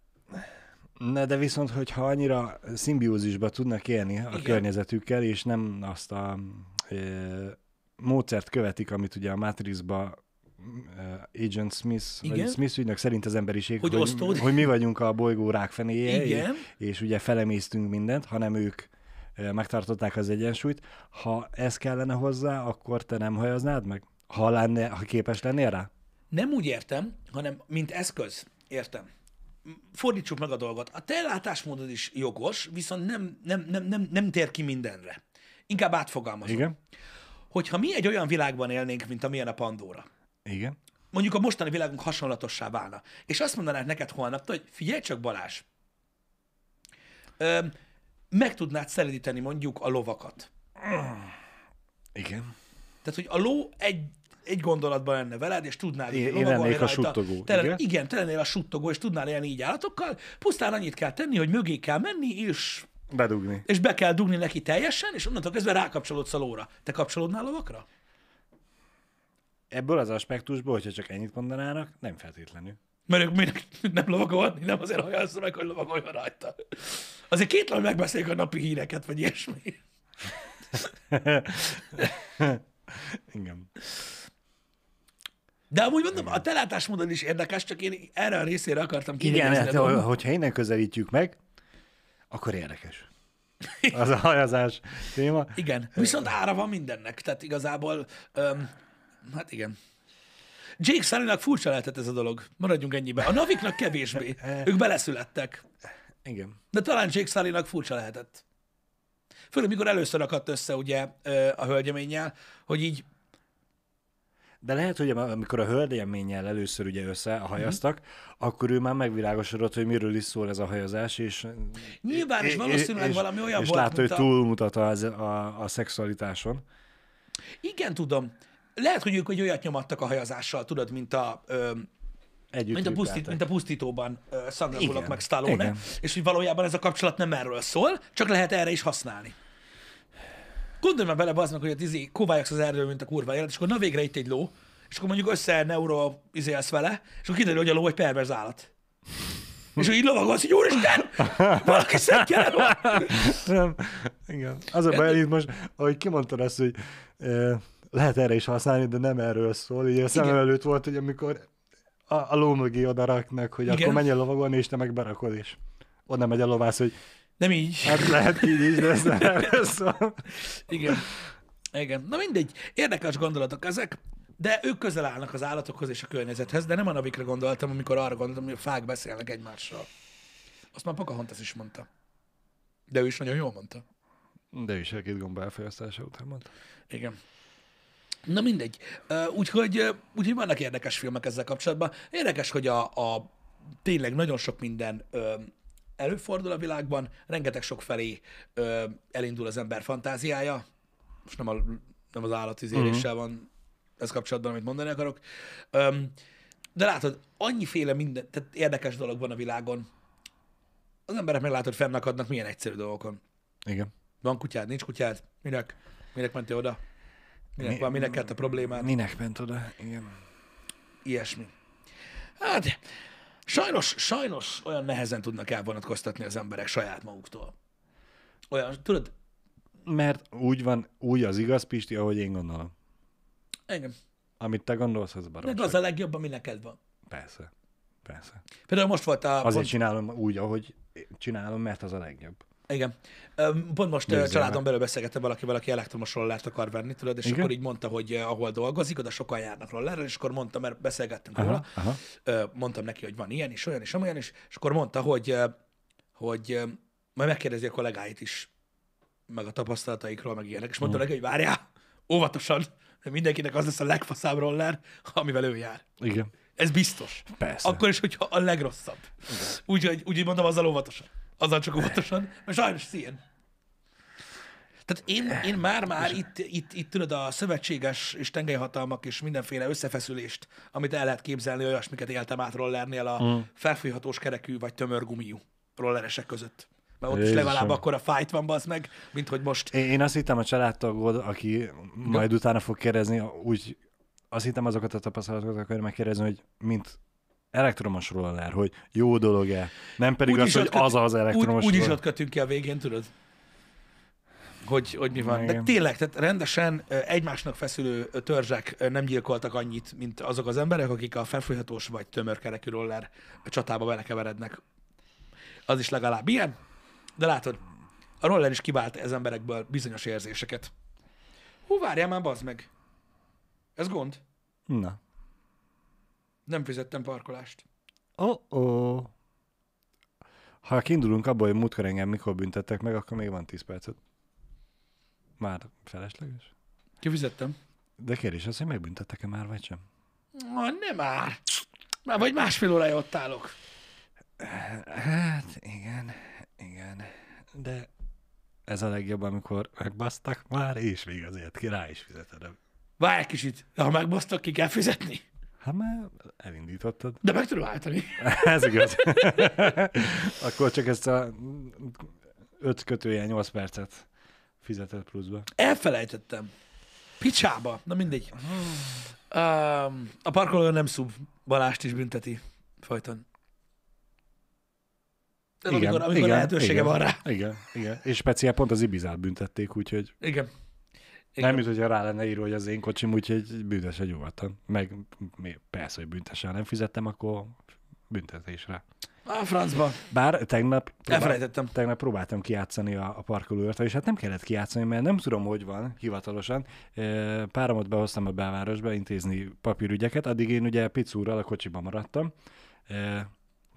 Na, de viszont, hogyha annyira szimbiózisba tudnak élni a Igen. környezetükkel, és nem azt a e, módszert követik, amit ugye a Matrixba e, Agent Smith, Igen. vagy Smith ügynök szerint az emberiség, hogy, hogy, hogy mi vagyunk a bolygó rákfenéje, Igen. és, és ugye felemésztünk mindent, hanem ők megtartották az egyensúlyt. Ha ez kellene hozzá, akkor te nem hajaznád meg? Ha, lenne, ha képes lennél rá? Nem úgy értem, hanem mint eszköz. Értem. Fordítsuk meg a dolgot. A te látásmódod is jogos, viszont nem, nem, nem, nem, nem tér ki mindenre. Inkább átfogalmazom. Igen. Hogyha mi egy olyan világban élnénk, mint amilyen a Pandora. Igen. Mondjuk a mostani világunk hasonlatossá válna. És azt mondanák neked holnap, hogy figyelj csak, Balázs, Öm, meg tudnád szelidíteni mondjuk a lovakat. Igen. Tehát, hogy a ló egy, egy gondolatban lenne veled, és tudnál én, én lennék a suttogó. Te, igen? igen, te lennél a suttogó, és tudnál élni így állatokkal. Pusztán annyit kell tenni, hogy mögé kell menni, és... Bedugni. És be kell dugni neki teljesen, és onnantól kezdve rákapcsolódsz a lóra. Te kapcsolódnál lovakra? Ebből az aspektusból, hogyha csak ennyit mondanának, nem feltétlenül. Mert ők minek nem lovagolni, nem azért hajazza meg, hogy lovagoljon rajta. Azért kétlen megbeszéljük a napi híreket, vagy ilyesmi. Igen. De amúgy mondom, igen. A te látásmódod is érdekes, csak én erre a részére akartam kivégezni. Igen, hát, hogyha innen közelítjük meg, akkor érdekes. Az a hajazás téma. Igen, viszont ára van mindennek, tehát igazából, um, hát igen. Jake Sullynak furcsa lehetett ez a dolog. Maradjunk ennyiben. A Naviknak kevésbé. Ők beleszülettek. Igen. De talán Jake Sullynak furcsa lehetett. Főleg, mikor először akadt össze ugye a hölgyeménnyel, hogy így... De lehet, hogy amikor a hölgyélménnyel először ugye összehajaztak, mm-hmm. akkor ő már megvilágosodott, hogy miről is szól ez a hajazás, és... Nyilván, és valószínűleg és, valami olyan és volt, látta, hogy a... túlmutat a, a, a szexualitáson. Igen, tudom. Lehet, hogy ők hogy olyat nyomadtak a hajazással, tudod, mint a... Ö... Mint a, pusztít, mint a pusztítóban uh, Sandra Bullock meg Stallone, igen. És hogy valójában ez a kapcsolat nem erről szól, csak lehet erre is használni. Gondolj már bele, bazd meg, hogy a izé, kovályogsz az erdőből, mint a kurva élet, és akkor na végre itt egy ló, és akkor mondjuk össze neuro izélsz vele, és akkor kiderül, hogy a ló egy perverz állat. És hogy így lovagolsz, hogy úristen, valaki szedje el. Nem, igen. Az a baj, itt most, ahogy kimondtad azt, hogy eh, lehet erre is használni, de nem erről szól. Ugye a szemem előtt volt, hogy amikor a, a ló mögé oda raknak, hogy igen. akkor menj el lovagolni, és te meg berakod, és oda megy a lovász, hogy nem így. Hát lehet így is, de ez nem erről szól. Igen. Igen. Na mindegy. Érdekes gondolatok ezek, de ők közel állnak az állatokhoz és a környezethez, de nem a navikra gondoltam, amikor arra gondoltam, hogy a fák beszélnek egymással. Azt már Pocahontas is mondta. De ő is nagyon jól mondta. De ő is a két gomba elfolyasztása után mondta. Igen. Na mindegy. Úgyhogy, úgyhogy vannak érdekes filmek ezzel kapcsolatban. Érdekes, hogy a, a tényleg nagyon sok minden előfordul a világban, rengeteg sok felé elindul az ember fantáziája. Most nem, a, nem az állatizéléssel uh-huh. van ez kapcsolatban, amit mondani akarok. De látod, annyiféle minden, tehát érdekes dolog van a világon. Az emberek meg látod, hogy fennakadnak milyen egyszerű dolgokon. Igen. Van kutyád, nincs kutyád? Minek? Minek mentél oda? Minek Mi, van? Minek kellett a problémád? Minek ment oda? Igen. Ilyesmi. Hát, sajnos, sajnos olyan nehezen tudnak elvonatkoztatni az emberek saját maguktól. Olyan, tudod? Mert úgy van, úgy az igaz, Pisti, ahogy én gondolom. Igen. Amit te gondolsz, az baromság. De az a legjobb, ami neked van. Persze. Persze. Például most volt a... Azért pont... csinálom úgy, ahogy csinálom, mert az a legjobb. Igen. Pont most Nézzél családon meg. belül beszélgettem valaki, valaki elektromos rollert akar venni, tudod, és igen? akkor így mondta, hogy ahol dolgozik, oda sokan járnak rollerrel, és akkor mondta, mert beszélgettünk aha, róla, aha. mondtam neki, hogy van ilyen is, olyan is, olyan is, és akkor mondta, hogy, hogy majd megkérdezi a kollégáit is, meg a tapasztalataikról, meg ilyenek, és mondta hmm. neki, hogy várjál, óvatosan, mindenkinek az lesz a legfaszább roller, amivel ő jár. Igen. Ez biztos. Persze. Akkor is, hogyha a legrosszabb. Úgyhogy úgy mondom, azzal óvatosan. Azzal csak óvatosan, mert sajnos ilyen. Tehát én, én már-már itt, itt, itt tudod a szövetséges és tengelyhatalmak és mindenféle összefeszülést, amit el lehet képzelni, olyasmiket éltem át rollernél a mm. felfújhatós kerekű vagy tömörgumiú rolleresek között. Mert ott Jézusom. is legalább akkor a fight van, bazd meg, mint hogy most. Én, én azt hittem a családtagod, aki majd utána fog kérdezni, úgy azt hittem azokat a tapasztalatokat akarja megkérdezni, hogy mint elektromos roller, hogy jó dolog-e, nem pedig úgy az, hogy köt, az az elektromos úgy, úgy is ott kötünk ki a végén, tudod? Hogy, hogy mi van. De tényleg, tehát rendesen egymásnak feszülő törzsek nem gyilkoltak annyit, mint azok az emberek, akik a felfújhatós vagy tömörkerekű roller csatába belekeverednek. Az is legalább ilyen, de látod, a roller is kivált az emberekből bizonyos érzéseket. Hú, várjál már, bazd meg. Ez gond? Na. Nem fizettem parkolást. Oh-oh. Ha kiindulunk abból, hogy múltkor engem mikor büntettek meg, akkor még van tíz percet. Már felesleges? Kifizettem. De kérdés az, hogy megbüntettek-e már, vagy sem? Ah, nem már. Már vagy másfél órája ott állok. Hát, igen, igen. De ez a legjobb, amikor megbasztak már, és még azért ki rá is fizeted. Várj egy kicsit, ha megbasztak, ki kell fizetni? Hát már elindítottad. De meg tudom állítani. Ez igaz. Akkor csak ezt a öt kötőjel nyolc percet fizetett pluszba. Elfelejtettem. Picsába. Na mindegy. Um, a parkoló nem szub. Balást is bünteti. Folyton. Ez igen, amikor, amikor igen, lehetősége igen, van rá. Igen, igen. És speciál pont az Ibizát büntették, úgyhogy... Igen. Igen. Nem, mint hogyha rá lenne írva, hogy az én kocsim, úgyhogy büntesse nyugodtan. Meg persze, hogy büntesse, ha nem fizettem, akkor büntetés rá. A francba. Bár tegnap, próbál, tegnap próbáltam kijátszani a, a parkolóért, és hát nem kellett kijátszani, mert nem tudom, hogy van hivatalosan. Páramot behoztam a belvárosba intézni papírügyeket, addig én ugye picúrral a kocsiba maradtam.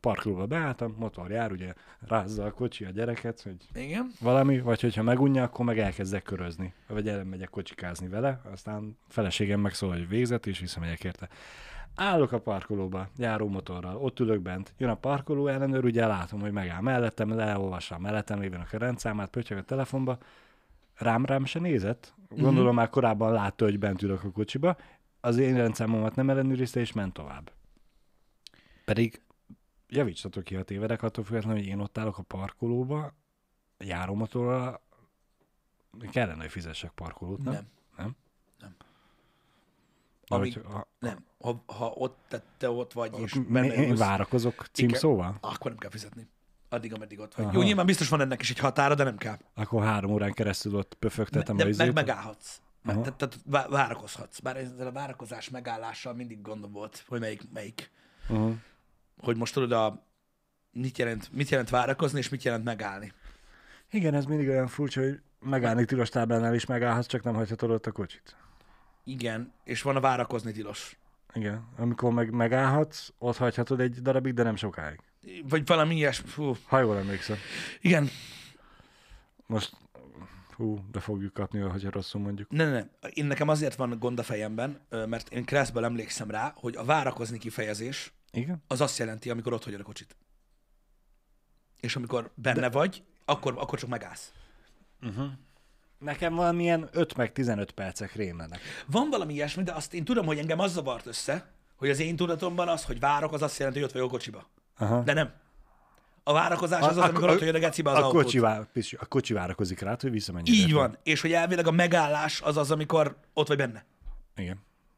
Parkolóba beálltam, motor jár, ugye rázza a kocsi a gyereket, hogy Igen. valami, vagy hogyha megunja, akkor meg elkezdek körözni, vagy elmegyek kocsikázni vele, aztán feleségem meg szól, hogy végzett, és visszamegyek érte. Állok a parkolóba, járó motorral, ott ülök bent, jön a parkoló ellenőr, ugye látom, hogy megáll mellettem, leolvassa a mellettem lévén a rendszámát, pöttyög a telefonba, rám rám se nézett, gondolom uh-huh. már korábban látta, hogy bent ülök a kocsiba, az én rendszámomat nem ellenőrizte, és ment tovább. Pedig javítsatok ki, ha tévedek, attól függetlenül, hogy én ott állok a parkolóba, járómotorral, kellene, hogy fizessek parkolót, nem? Nem. Nem? Nem. Amíg, Amíg, ha, nem. Ha, ha ott, te, te ott vagy, és én, benne én ülsz, várakozok címszóval? akkor nem kell fizetni. Addig, ameddig ott vagy. Aha. Jó, nyilván biztos van ennek is egy határa, de nem kell. Akkor három órán keresztül ott pöfögtetem De a meg izét. megállhatsz. Meg, Aha. tehát, tehát vá- várakozhatsz. Bár ezzel a várakozás megállással mindig gondom volt, hogy melyik, melyik. Uh-huh. Hogy most tudod, a, mit, jelent, mit jelent várakozni, és mit jelent megállni. Igen, ez mindig olyan furcsa, hogy megállni tilos táblánál is megállhatsz, csak nem hagyhatod ott a kocsit. Igen, és van a várakozni tilos. Igen, amikor meg megállhatsz, ott hagyhatod egy darabig, de nem sokáig. Vagy valami ilyesmi. Fú. Ha jól emlékszem. Igen. Most, hú, de fogjuk kapni, hogyha rosszul mondjuk. Ne, ne, ne. Én nekem azért van gond a fejemben, mert én Kreszből emlékszem rá, hogy a várakozni kifejezés Igen? az azt jelenti, amikor ott hagyod a kocsit. És amikor benne de... vagy, akkor, akkor csak megállsz. Uh-huh. Nekem valamilyen öt meg tizenöt percek rémlenek. Van valami ilyesmi, de azt én tudom, hogy engem az zavart össze, hogy az én tudatomban az, hogy várok, az azt jelenti, hogy ott vagyok a kocsiba. Aha. De nem. A várakozás az az, A- amikor a- ott hagyod a gecibe az A autót. kocsi, vár, a kocsi várakozik rá, hogy visszamenjél. Így van. És hogy elvileg a megállás az az, amikor ott vagy benne. Igen.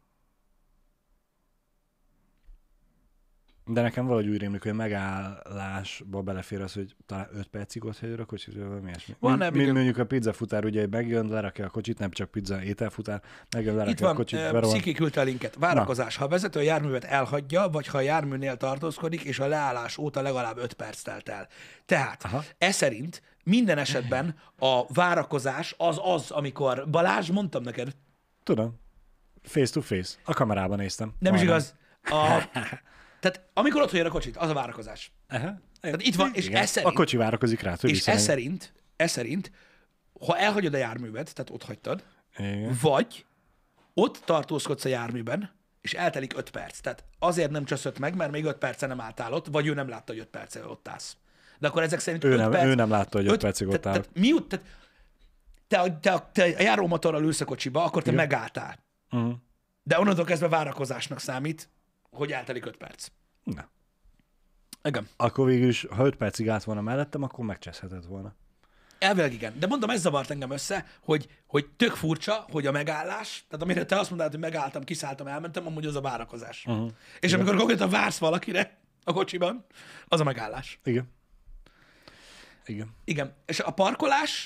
De nekem valahogy úgy rémlik, hogy a megállásba belefér az, hogy talán öt percig ott hagyod a kocsit, vagy valami ilyesmi. Van, Mi- nem, mi- igen. Mondjuk a pizzafutár ugye megjön, lerakja a kocsit, nem csak pizza ételfutár, megjön, Itt lerakja a van, kocsit, uh, berohan. Sziki küldte a linket. Várakozás. Ha a vezető a járművet elhagyja, vagy ha a járműnél tartózkodik, és a leállás óta legalább öt perc telt el. Tehát Aha. e szerint minden esetben a várakozás az az, amikor Balázs, mondtam neked, Tudom. Face to face. A kamerában néztem. nem is Majdnem. igaz. A, tehát amikor ott hagyod a kocsit, az a várakozás. Aha. Tehát itt van, és Igen. ez szerint, A kocsi várakozik rá, hogy és ez visszamenjen. szerint, ez szerint, ha elhagyod a járművet, tehát ott hagytad, Igen. vagy ott tartózkodsz a járműben, és eltelik öt perc. Tehát azért nem cseszött meg, mert még öt perce nem álltál ott, vagy ő nem látta, hogy öt perce ott állsz. De akkor ezek szerint Ő öt nem, perc... ő nem látta, hogy öt öt- percig ott tehát- áll. Tehát miut, tehát te, a- te, a- te a járómotorral ülsz a kocsiba, akkor te Igen. megálltál. Uh-huh. De onnantól kezdve várakozásnak számít, hogy eltelik öt perc. Na. Igen. Akkor végül is, ha öt percig állt volna mellettem, akkor megcseszhetett volna. Elvileg igen. De mondom, ez zavart engem össze, hogy, hogy tök furcsa, hogy a megállás, tehát amire te azt mondtad, hogy megálltam, kiszálltam, elmentem, amúgy az a várakozás. Uh-huh. És igen. amikor konkrétan vársz valakire a kocsiban, az a megállás. Igen. Igen. Igen. És a parkolás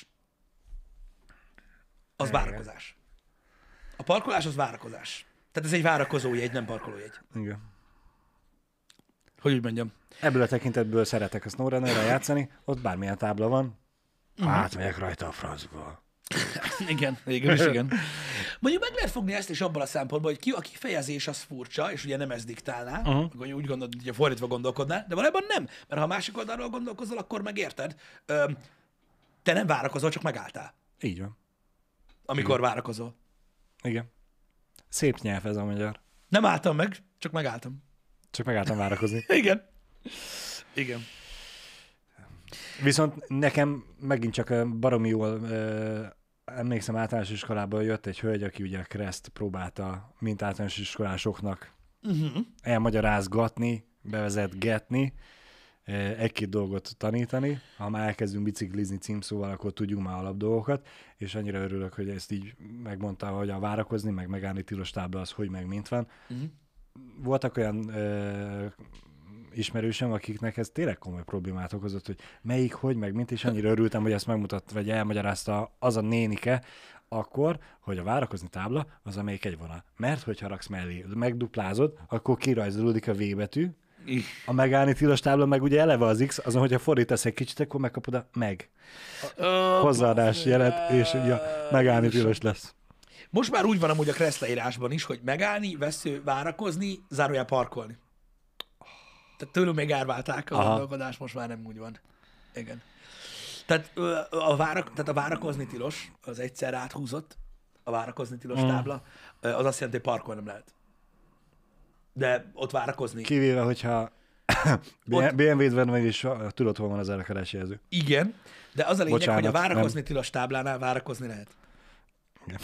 az Igen. várakozás. A parkolás az várakozás. Tehát ez egy várakozójegy, nem parkolójegy. Igen. Hogy úgy mondjam. Ebből a tekintetből szeretek a SnowRunner-rel játszani, ott bármilyen tábla van, Mhm. átmegyek rajta a francba. Igen, igen, is igen. Mondjuk meg lehet fogni ezt is abban a szempontból, hogy ki a kifejezés az furcsa, és ugye nem ez diktálná, Uh-huh. uh-huh. úgy gondolod, hogy fordítva gondolkodnál, de valójában nem, mert ha a másik oldalról gondolkozol, akkor megérted, ö, te nem várakozol, csak megálltál, Így van. amikor igen. várakozol. Igen. Szép nyelv ez a magyar. Nem álltam meg, csak megálltam. Csak megálltam várakozni. Igen. Igen. Viszont nekem megint csak ö, baromi jól ö, emlékszem, általános iskolában jött egy hölgy, aki ugye a Kreszt próbálta, mint általános iskolásoknak Uh-huh. elmagyarázgatni, bevezetgetni, ö, egy-két dolgot tanítani. Ha már elkezdünk biciklizni címszóval, akkor tudjuk már alapdolgokat, és annyira örülök, hogy ezt így megmondta, hogy a várakozni, meg megállni tilos tábla az, hogy meg mint van. Uh-huh. Voltak olyan ö, ismerősem, akiknek ez tényleg komoly problémát okozott, hogy melyik, hogy, meg mint, és annyira örültem, hogy ezt megmutatta, vagy elmagyarázta az a nénike, akkor, hogy a várakozni tábla az, amelyik egy vonal. Mert hogyha raksz mellé, megduplázod, akkor kirajzolódik a V betű, a megállni tilos tábla meg ugye eleve az X, azon, hogyha fordítasz egy kicsit, akkor megkapod a meg. Hozzáadás jelet, és ugye a megállni tilos lesz. Most már úgy van amúgy a Kressz leírásban is, hogy megállni, vesző, várakozni, zárójel parkolni. Tehát tőlük még árválták a Aha. gondolkodást, most már nem úgy van. Igen. Tehát, ö, a, várak, tehát a várakozni tilos, az egyszer áthúzott, a várakozni tilos Mm. tábla, ö, az azt jelenti, hogy parkolni nem lehet. De ott várakozni. Kivéve, hogyha Ott- bé em vét vedd meg, és tudod, hol van az elakadási jelző. Igen, de az a lényeg, Bocsánat, hogy a várakozni nem. tilos táblánál várakozni lehet. Igen.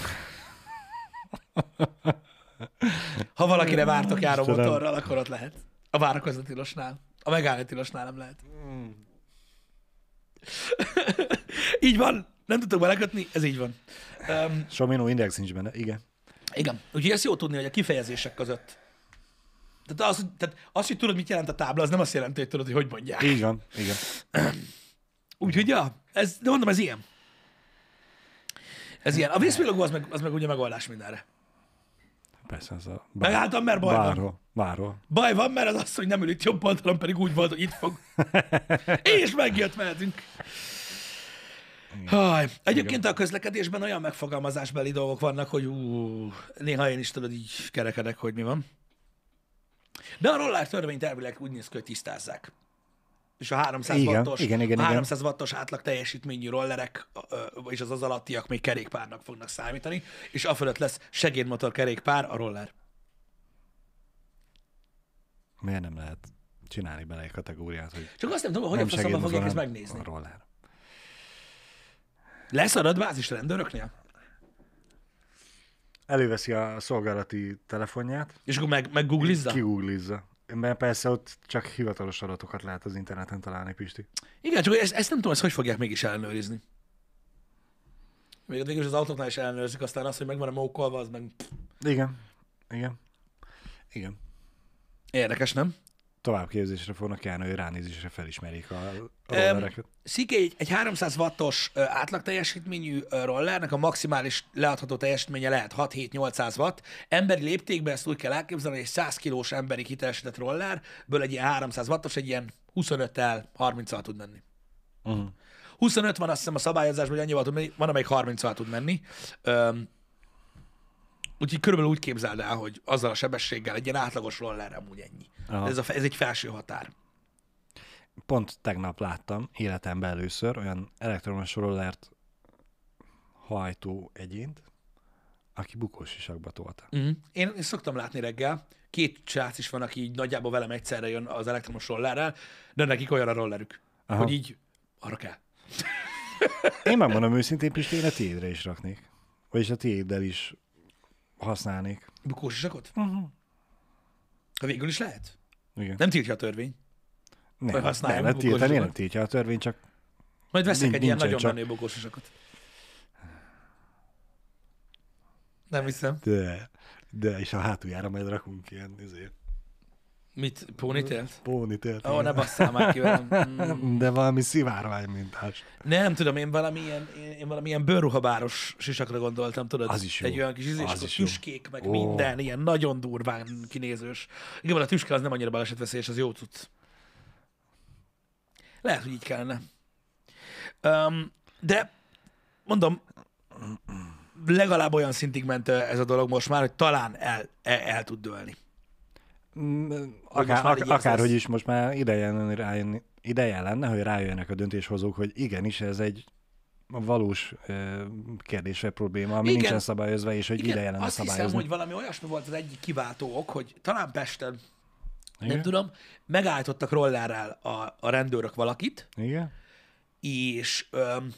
Ha valakire vártok járó Istenem. motorral, akkor ott lehet. A várakozni tilosnál. A megállni tilosnál nem lehet. Így van. Nem tudtok belekötni, ez így van. Um, Somino index nincs benne, igen. igen. Úgyhogy ezt jó tudni, hogy a kifejezések között. Tehát az, tehát az, hogy tudod, mit jelent a tábla, az nem azt jelenti, hogy tudod, hogy hogy mondják. Így van, igen. Úgyhogy ja, ez, de mondom, ez ilyen. Ez ilyen. A vészvillogó az meg, az meg ugye megoldás mindenre. Persze, az a... Megálltam, mert baj van. Bárhol, bárhol. Baj van, mert az az, hogy nem ül itt jobb oldalon, pedig úgy volt, hogy itt fog. És megjött, mehetünk. Haj. Egyébként a közlekedésben olyan megfogalmazásbeli dolgok vannak, hogy ú, néha én is tudod, így kerekedek, hogy mi van. De a roller törvényt elvileg úgy néz ki, hogy tisztázzák. És a háromszáz Igen, wattos, igen, igen, a igen. háromszáz wattos átlag teljesítményű rollerek ö, és az az alattiak még kerékpárnak fognak számítani, és afölött lesz segédmotor kerékpár, a roller. Miért nem lehet csinálni bele egy kategóriát, hogy Csak azt nem tudom, hogy a nem faszomban segédmotor, fogják ezt hanem megnézni. a roller. Lesz adatbázis rendőröknél? Előveszi a szolgálati telefonját, És akkor meg, meg googlizza? kigooglizza. Mert persze ott csak hivatalos adatokat lehet az interneten találni, Pisti. Igen, csak ezt, ezt nem tudom, ezt hogy fogják mégis ellenőrizni. Még végül az autóknál is ellenőrzik, aztán az, hogy megvan a mókolva, az meg Igen, igen, igen. érdekes, nem? Továbbképzésre fognak járni, hogy ránézésre felismerik a, a Em, rollereket. Szike egy, egy háromszáz wattos ö, átlag teljesítményű ö, rollernek a maximális leadható teljesítménye lehet hat-hét-nyolcszáz watt. Emberi léptékben ezt úgy kell elképzelni, hogy egy száz kilós emberi kiteljesített rollerből egy ilyen háromszáz wattos egy ilyen huszonöttel harminccal tud menni. Uh-huh. huszonöt van azt hiszem a szabályozásban, hogy annyival tud menni, van amelyik harminccal tud menni. Öm, úgyhogy körülbelül úgy képzeld el, hogy azzal a sebességgel egy ilyen átlagos roller amúgy ennyi. Aha. Ez, a, ez egy felső határ. Pont tegnap láttam életemben először olyan elektromos rollert hajtó egyént, aki bukósisakba tolta. Mm. Én, én szoktam látni reggel, két srác is van, aki így nagyjából velem egyszerre jön az elektromos rollerrel, de nekik olyan a rollerük, Aha. hogy így arra kell. Én megmondom őszintén, Pisti, én a tiédre is raknék. Vagyis a tiéddel is használnék. Bukósisakot? Uh-huh. Ha végül is lehet. Igen. Nem tiltja a törvény. Nem, vagy használjam nem, a nem tiltani, bukósisakot. nem tiltja a törvény, csak Majd veszek Nincs- egy ilyen nincsen nagyon csak- menő bukósisakot. Nem hiszem. de, de és a hátuljára majd rakunk ilyen izé, Mit? Ponytail? pónitelt. Ó, ne basszál már ki velem. Mm. De valami szivárvány mintás. Nem tudom, én valamilyen, én, én valamilyen bőrruhabáros sisakra gondoltam, tudod? Az is jó. Egy olyan kis ízés, Az akkor is jó. tüskék, meg Ó. minden, ilyen nagyon durván kinézős. Igen, a tüske az nem annyira balesetveszélyes, az jó cucc. Lehet, hogy így kellene. Um, de mondom, legalább olyan szintig ment ö, ez a dolog most már, hogy talán el, el, el tud dőlni. Mm, most Akár, már így ak- akárhogy lesz. is most már ideje lenne, rájönni, ideje lenne, hogy rájöjjenek a döntéshozók, hogy igenis ez egy valós ö, kérdés vagy probléma, ami Igen. nincsen szabályozva, és hogy Igen, ideje lenne azt hiszem, szabályozni. hogy valami olyasmi volt az egyik kiváltó ok, hogy talán Pesten, nem Igen? tudom, megállítottak rollerrel a, a rendőrök valakit, Igen? és öm,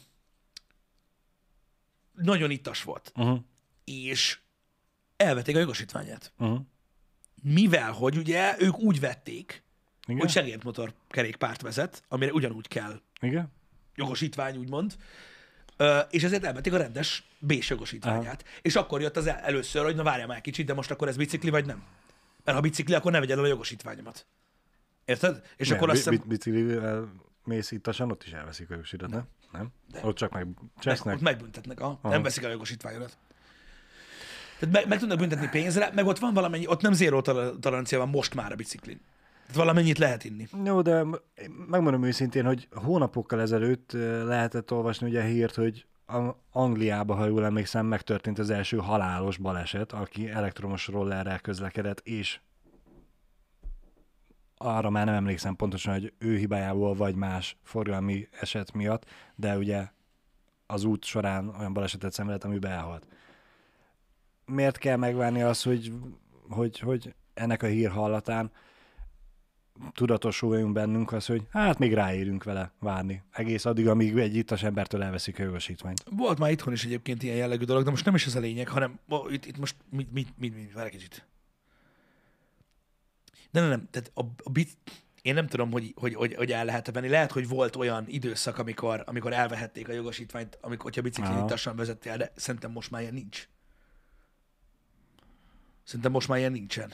nagyon ittas volt, Uh-huh. és elvették a jogosítványát. Uh-huh. Mivel, hogy ugye ők úgy vették, Igen? hogy segédmotor kerékpárt vezet, amire ugyanúgy kell Igen? jogosítvány, úgymond, Ö, és ezért elvették a rendes B-s jogosítványát. És akkor jött az el- először, hogy na várjál már kicsit, de most akkor ez bicikli, vagy nem? Mert ha bicikli, akkor ne vegyed el a jogosítványomat. Érted? És Nem, akkor azt bi- hiszem, bi- biciklivel mész ittasan, ott is elveszik a jogosítat, nem? Nem? Ott csak meg meg, csesznek. ott megbüntetnek, aha, Aha. nem veszik el a jogosítványodat. Tehát meg, meg tudnak büntetni pénzre, meg ott van valamennyi, ott nem zéró tol- tolerancia van most már a biciklin. Tehát valamennyit lehet inni. Jó, de m- megmondom őszintén, hogy hónapokkal ezelőtt ö, lehetett olvasni ugye hírt, hogy a Angliában, ha jól emlékszem, megtörtént az első halálos baleset, aki elektromos rollerrel közlekedett, és arra már nem emlékszem pontosan, hogy ő hibájából vagy más forgalmi eset miatt, de ugye az út során olyan balesetet szenvedett, amiben elhalt. Miért kell megvárni azt, hogy, hogy, hogy ennek a hír hallatán tudatosuljunk bennünk az, hogy hát még ráérünk vele várni. Egész addig, amíg egy ittas embertől elveszik a jogosítványt. Volt már itthon is egyébként ilyen jellegű dolog, de most nem is ez a lényeg, hanem ó, itt, itt most mit, mit, mit, mit, várj egy kicsit. Nem, nem, nem, tehát a, a bit, én nem tudom, hogy, hogy, hogy, hogy el lehet venni. Lehet, hogy volt olyan időszak, amikor, amikor elvehették a jogosítványt, amikor, hogyha biciklin ittasan vezettél, de szerintem most már ilyen nincs. Szerintem most már ilyen nincsen.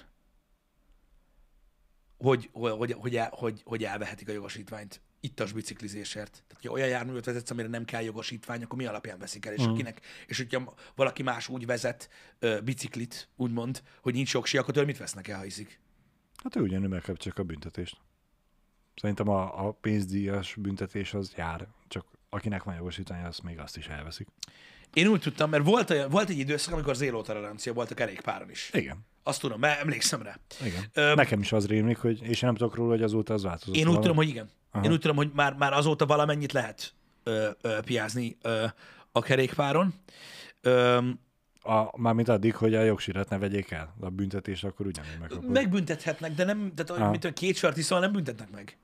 Hogy, hogy, hogy, el, hogy, hogy elvehetik a jogosítványt ittas biciklizésért. Tehát, ha olyan járművet vezetsz, amire nem kell jogosítvány, akkor mi alapján veszik el, és mm. akinek, és hogyha valaki más úgy vezet ö, biciklit, úgymond, hogy nincs jogsi, akkor tőle mit vesznek el, ha hiszik? Hát ő ugyanúgy megkapcsolják a büntetést. Szerintem a, a pénzdíjas büntetés az jár, csak akinek van jogosítványa, azt még azt is elveszik. Én úgy tudtam, mert volt, olyan, volt egy időszak, amikor zéró tolerancia volt a kerékpáron is. Igen. Azt tudom, mert emlékszem rá. Igen. Öm, Nekem is az rémlik, hogy, és én nem tudok róla, hogy azóta az változott. Én úgy valami. tudom, hogy igen. Aha. Én úgy tudom, hogy már, már azóta valamennyit lehet ö, ö, piázni ö, a kerékpáron. Öm, A, mármint addig, hogy a jogsirat ne vegyék el. A büntetés akkor ugyanúgy megkapod. Megbüntethetnek, de nem, tehát mit tudom, két sört iszol, nem büntetnek meg.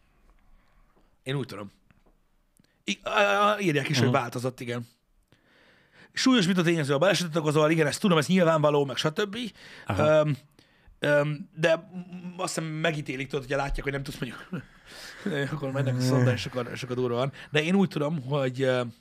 Én úgy tudom. I, írják is, uh-huh. hogy változott, igen. Súlyosbító tényező a balesetet okozol, igen, ezt tudom, ez nyilvánvaló, meg stb. Öm, öm, de azt hiszem megítélik, tudod, hogyha látják, hogy nem tudsz mondjuk, akkor mennek a szonda, és akkor, és akkor durva van. De én úgy tudom, hogy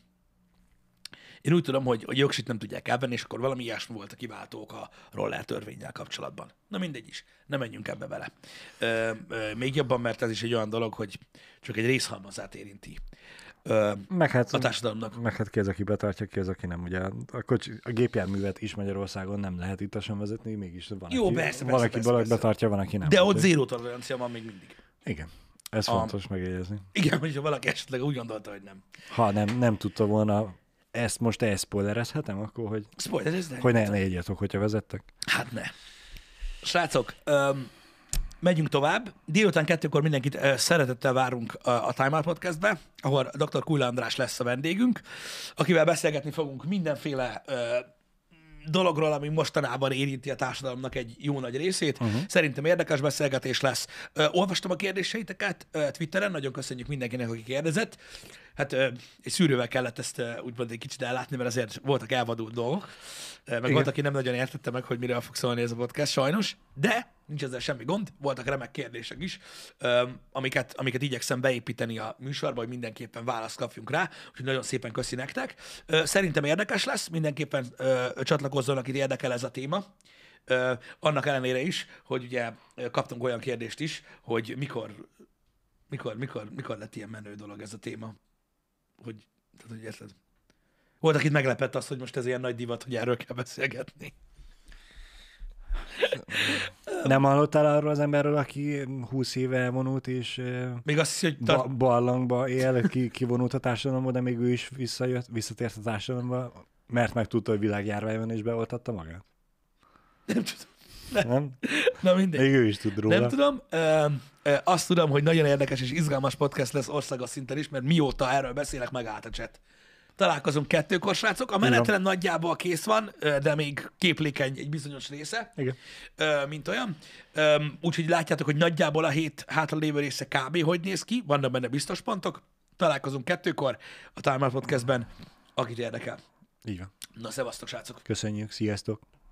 én úgy tudom, hogy, hogy jogsit nem tudják elvenni, és akkor valami ilyesmi volt a kiváltók a roller törvénnyel kapcsolatban. Na mindegy is, nem menjünk ebbe bele. Ö, ö, még jobban, mert ez is egy olyan dolog, hogy csak egy részhalmazát érinti. Ö, meg hát, a társadalomnak. Meg hát ki az, aki betartja, ki az, aki nem. Ugye a, kocsi, a gépjárművet is Magyarországon nem lehet ittasan vezetni, mégis van, Jó, aki, persze, van, persze, aki persze, betartja, van, aki nem. De ott zéró tolerancia van még mindig. Igen, ez a... fontos megjegyezni. Igen, hogyha valaki esetleg úgy gondolta, hogy nem. Ha nem, nem tudta volna, ezt most elszpoilerezhetem, akkor hogy, Spoilerezd, hogy ne, ne égyetok, hogyha vezettek. Hát ne. Srácok, öm, megyünk tovább. Délután kettőkor mindenkit uh, szeretettel várunk a, a Time Out Podcastbe, ahol doktor Kújla András lesz a vendégünk, akivel beszélgetni fogunk mindenféle uh, dologról, ami mostanában érinti a társadalomnak egy jó nagy részét. Uh-huh. Szerintem érdekes beszélgetés lesz. Uh, olvastam a kérdéseiteket uh, Twitteren, nagyon köszönjük mindenkinek, aki kérdezett. Hát uh, egy szűrővel kellett ezt uh, úgymond egy kicsit ellátni, mert azért voltak elvadult dolgok. Uh, meg Igen. volt, aki nem nagyon értette meg, hogy miről fog szólni ez a podcast, sajnos. De nincs ezzel semmi gond, voltak remek kérdések is, um, amiket, amiket igyekszem beépíteni a műsorba, hogy mindenképpen választ kapjunk rá, úgyhogy nagyon szépen köszi nektek. Uh, szerintem érdekes lesz, mindenképpen uh, csatlakozzon, akit érdekel ez a téma. Uh, annak ellenére is, hogy ugye uh, kaptunk olyan kérdést is, hogy mikor, mikor, mikor, mikor lett ilyen menő dolog ez a téma. Hogy, tehát, hogy érted? Volt, akit meglepett az, hogy most ez ilyen nagy divat, hogy erről kell beszélgetni. Nem hallottál arról az emberről, aki húsz éve elvonult, és még azt hiszi, hogy tar- ba- barlangba él, ki, kivonult a társadalomba, de még ő is visszajött, visszatért a társadalomba, mert megtudta, hogy világjárvány van, és beoltatta magát? Nem tudom. Nem. Nem? Na mindegy. Még ő is tud róla. Nem tudom. Ö, ö, azt tudom, hogy nagyon érdekes és izgalmas podcast lesz országos szinten is, mert mióta erről beszélek, megállt a chat. Találkozunk kettőkor, srácok. A menetrend nagyjából kész van, de még képlékeny egy bizonyos része, Igen. mint olyan. Úgyhogy látjátok, hogy nagyjából a hét hátra lévő része kb. Hogy néz ki. Vannak benne biztos pontok. Találkozunk kettőkor a Time Out Podcastben, akit érdekel. Így van. Na, szevasztok, srácok! Köszönjük, sziasztok!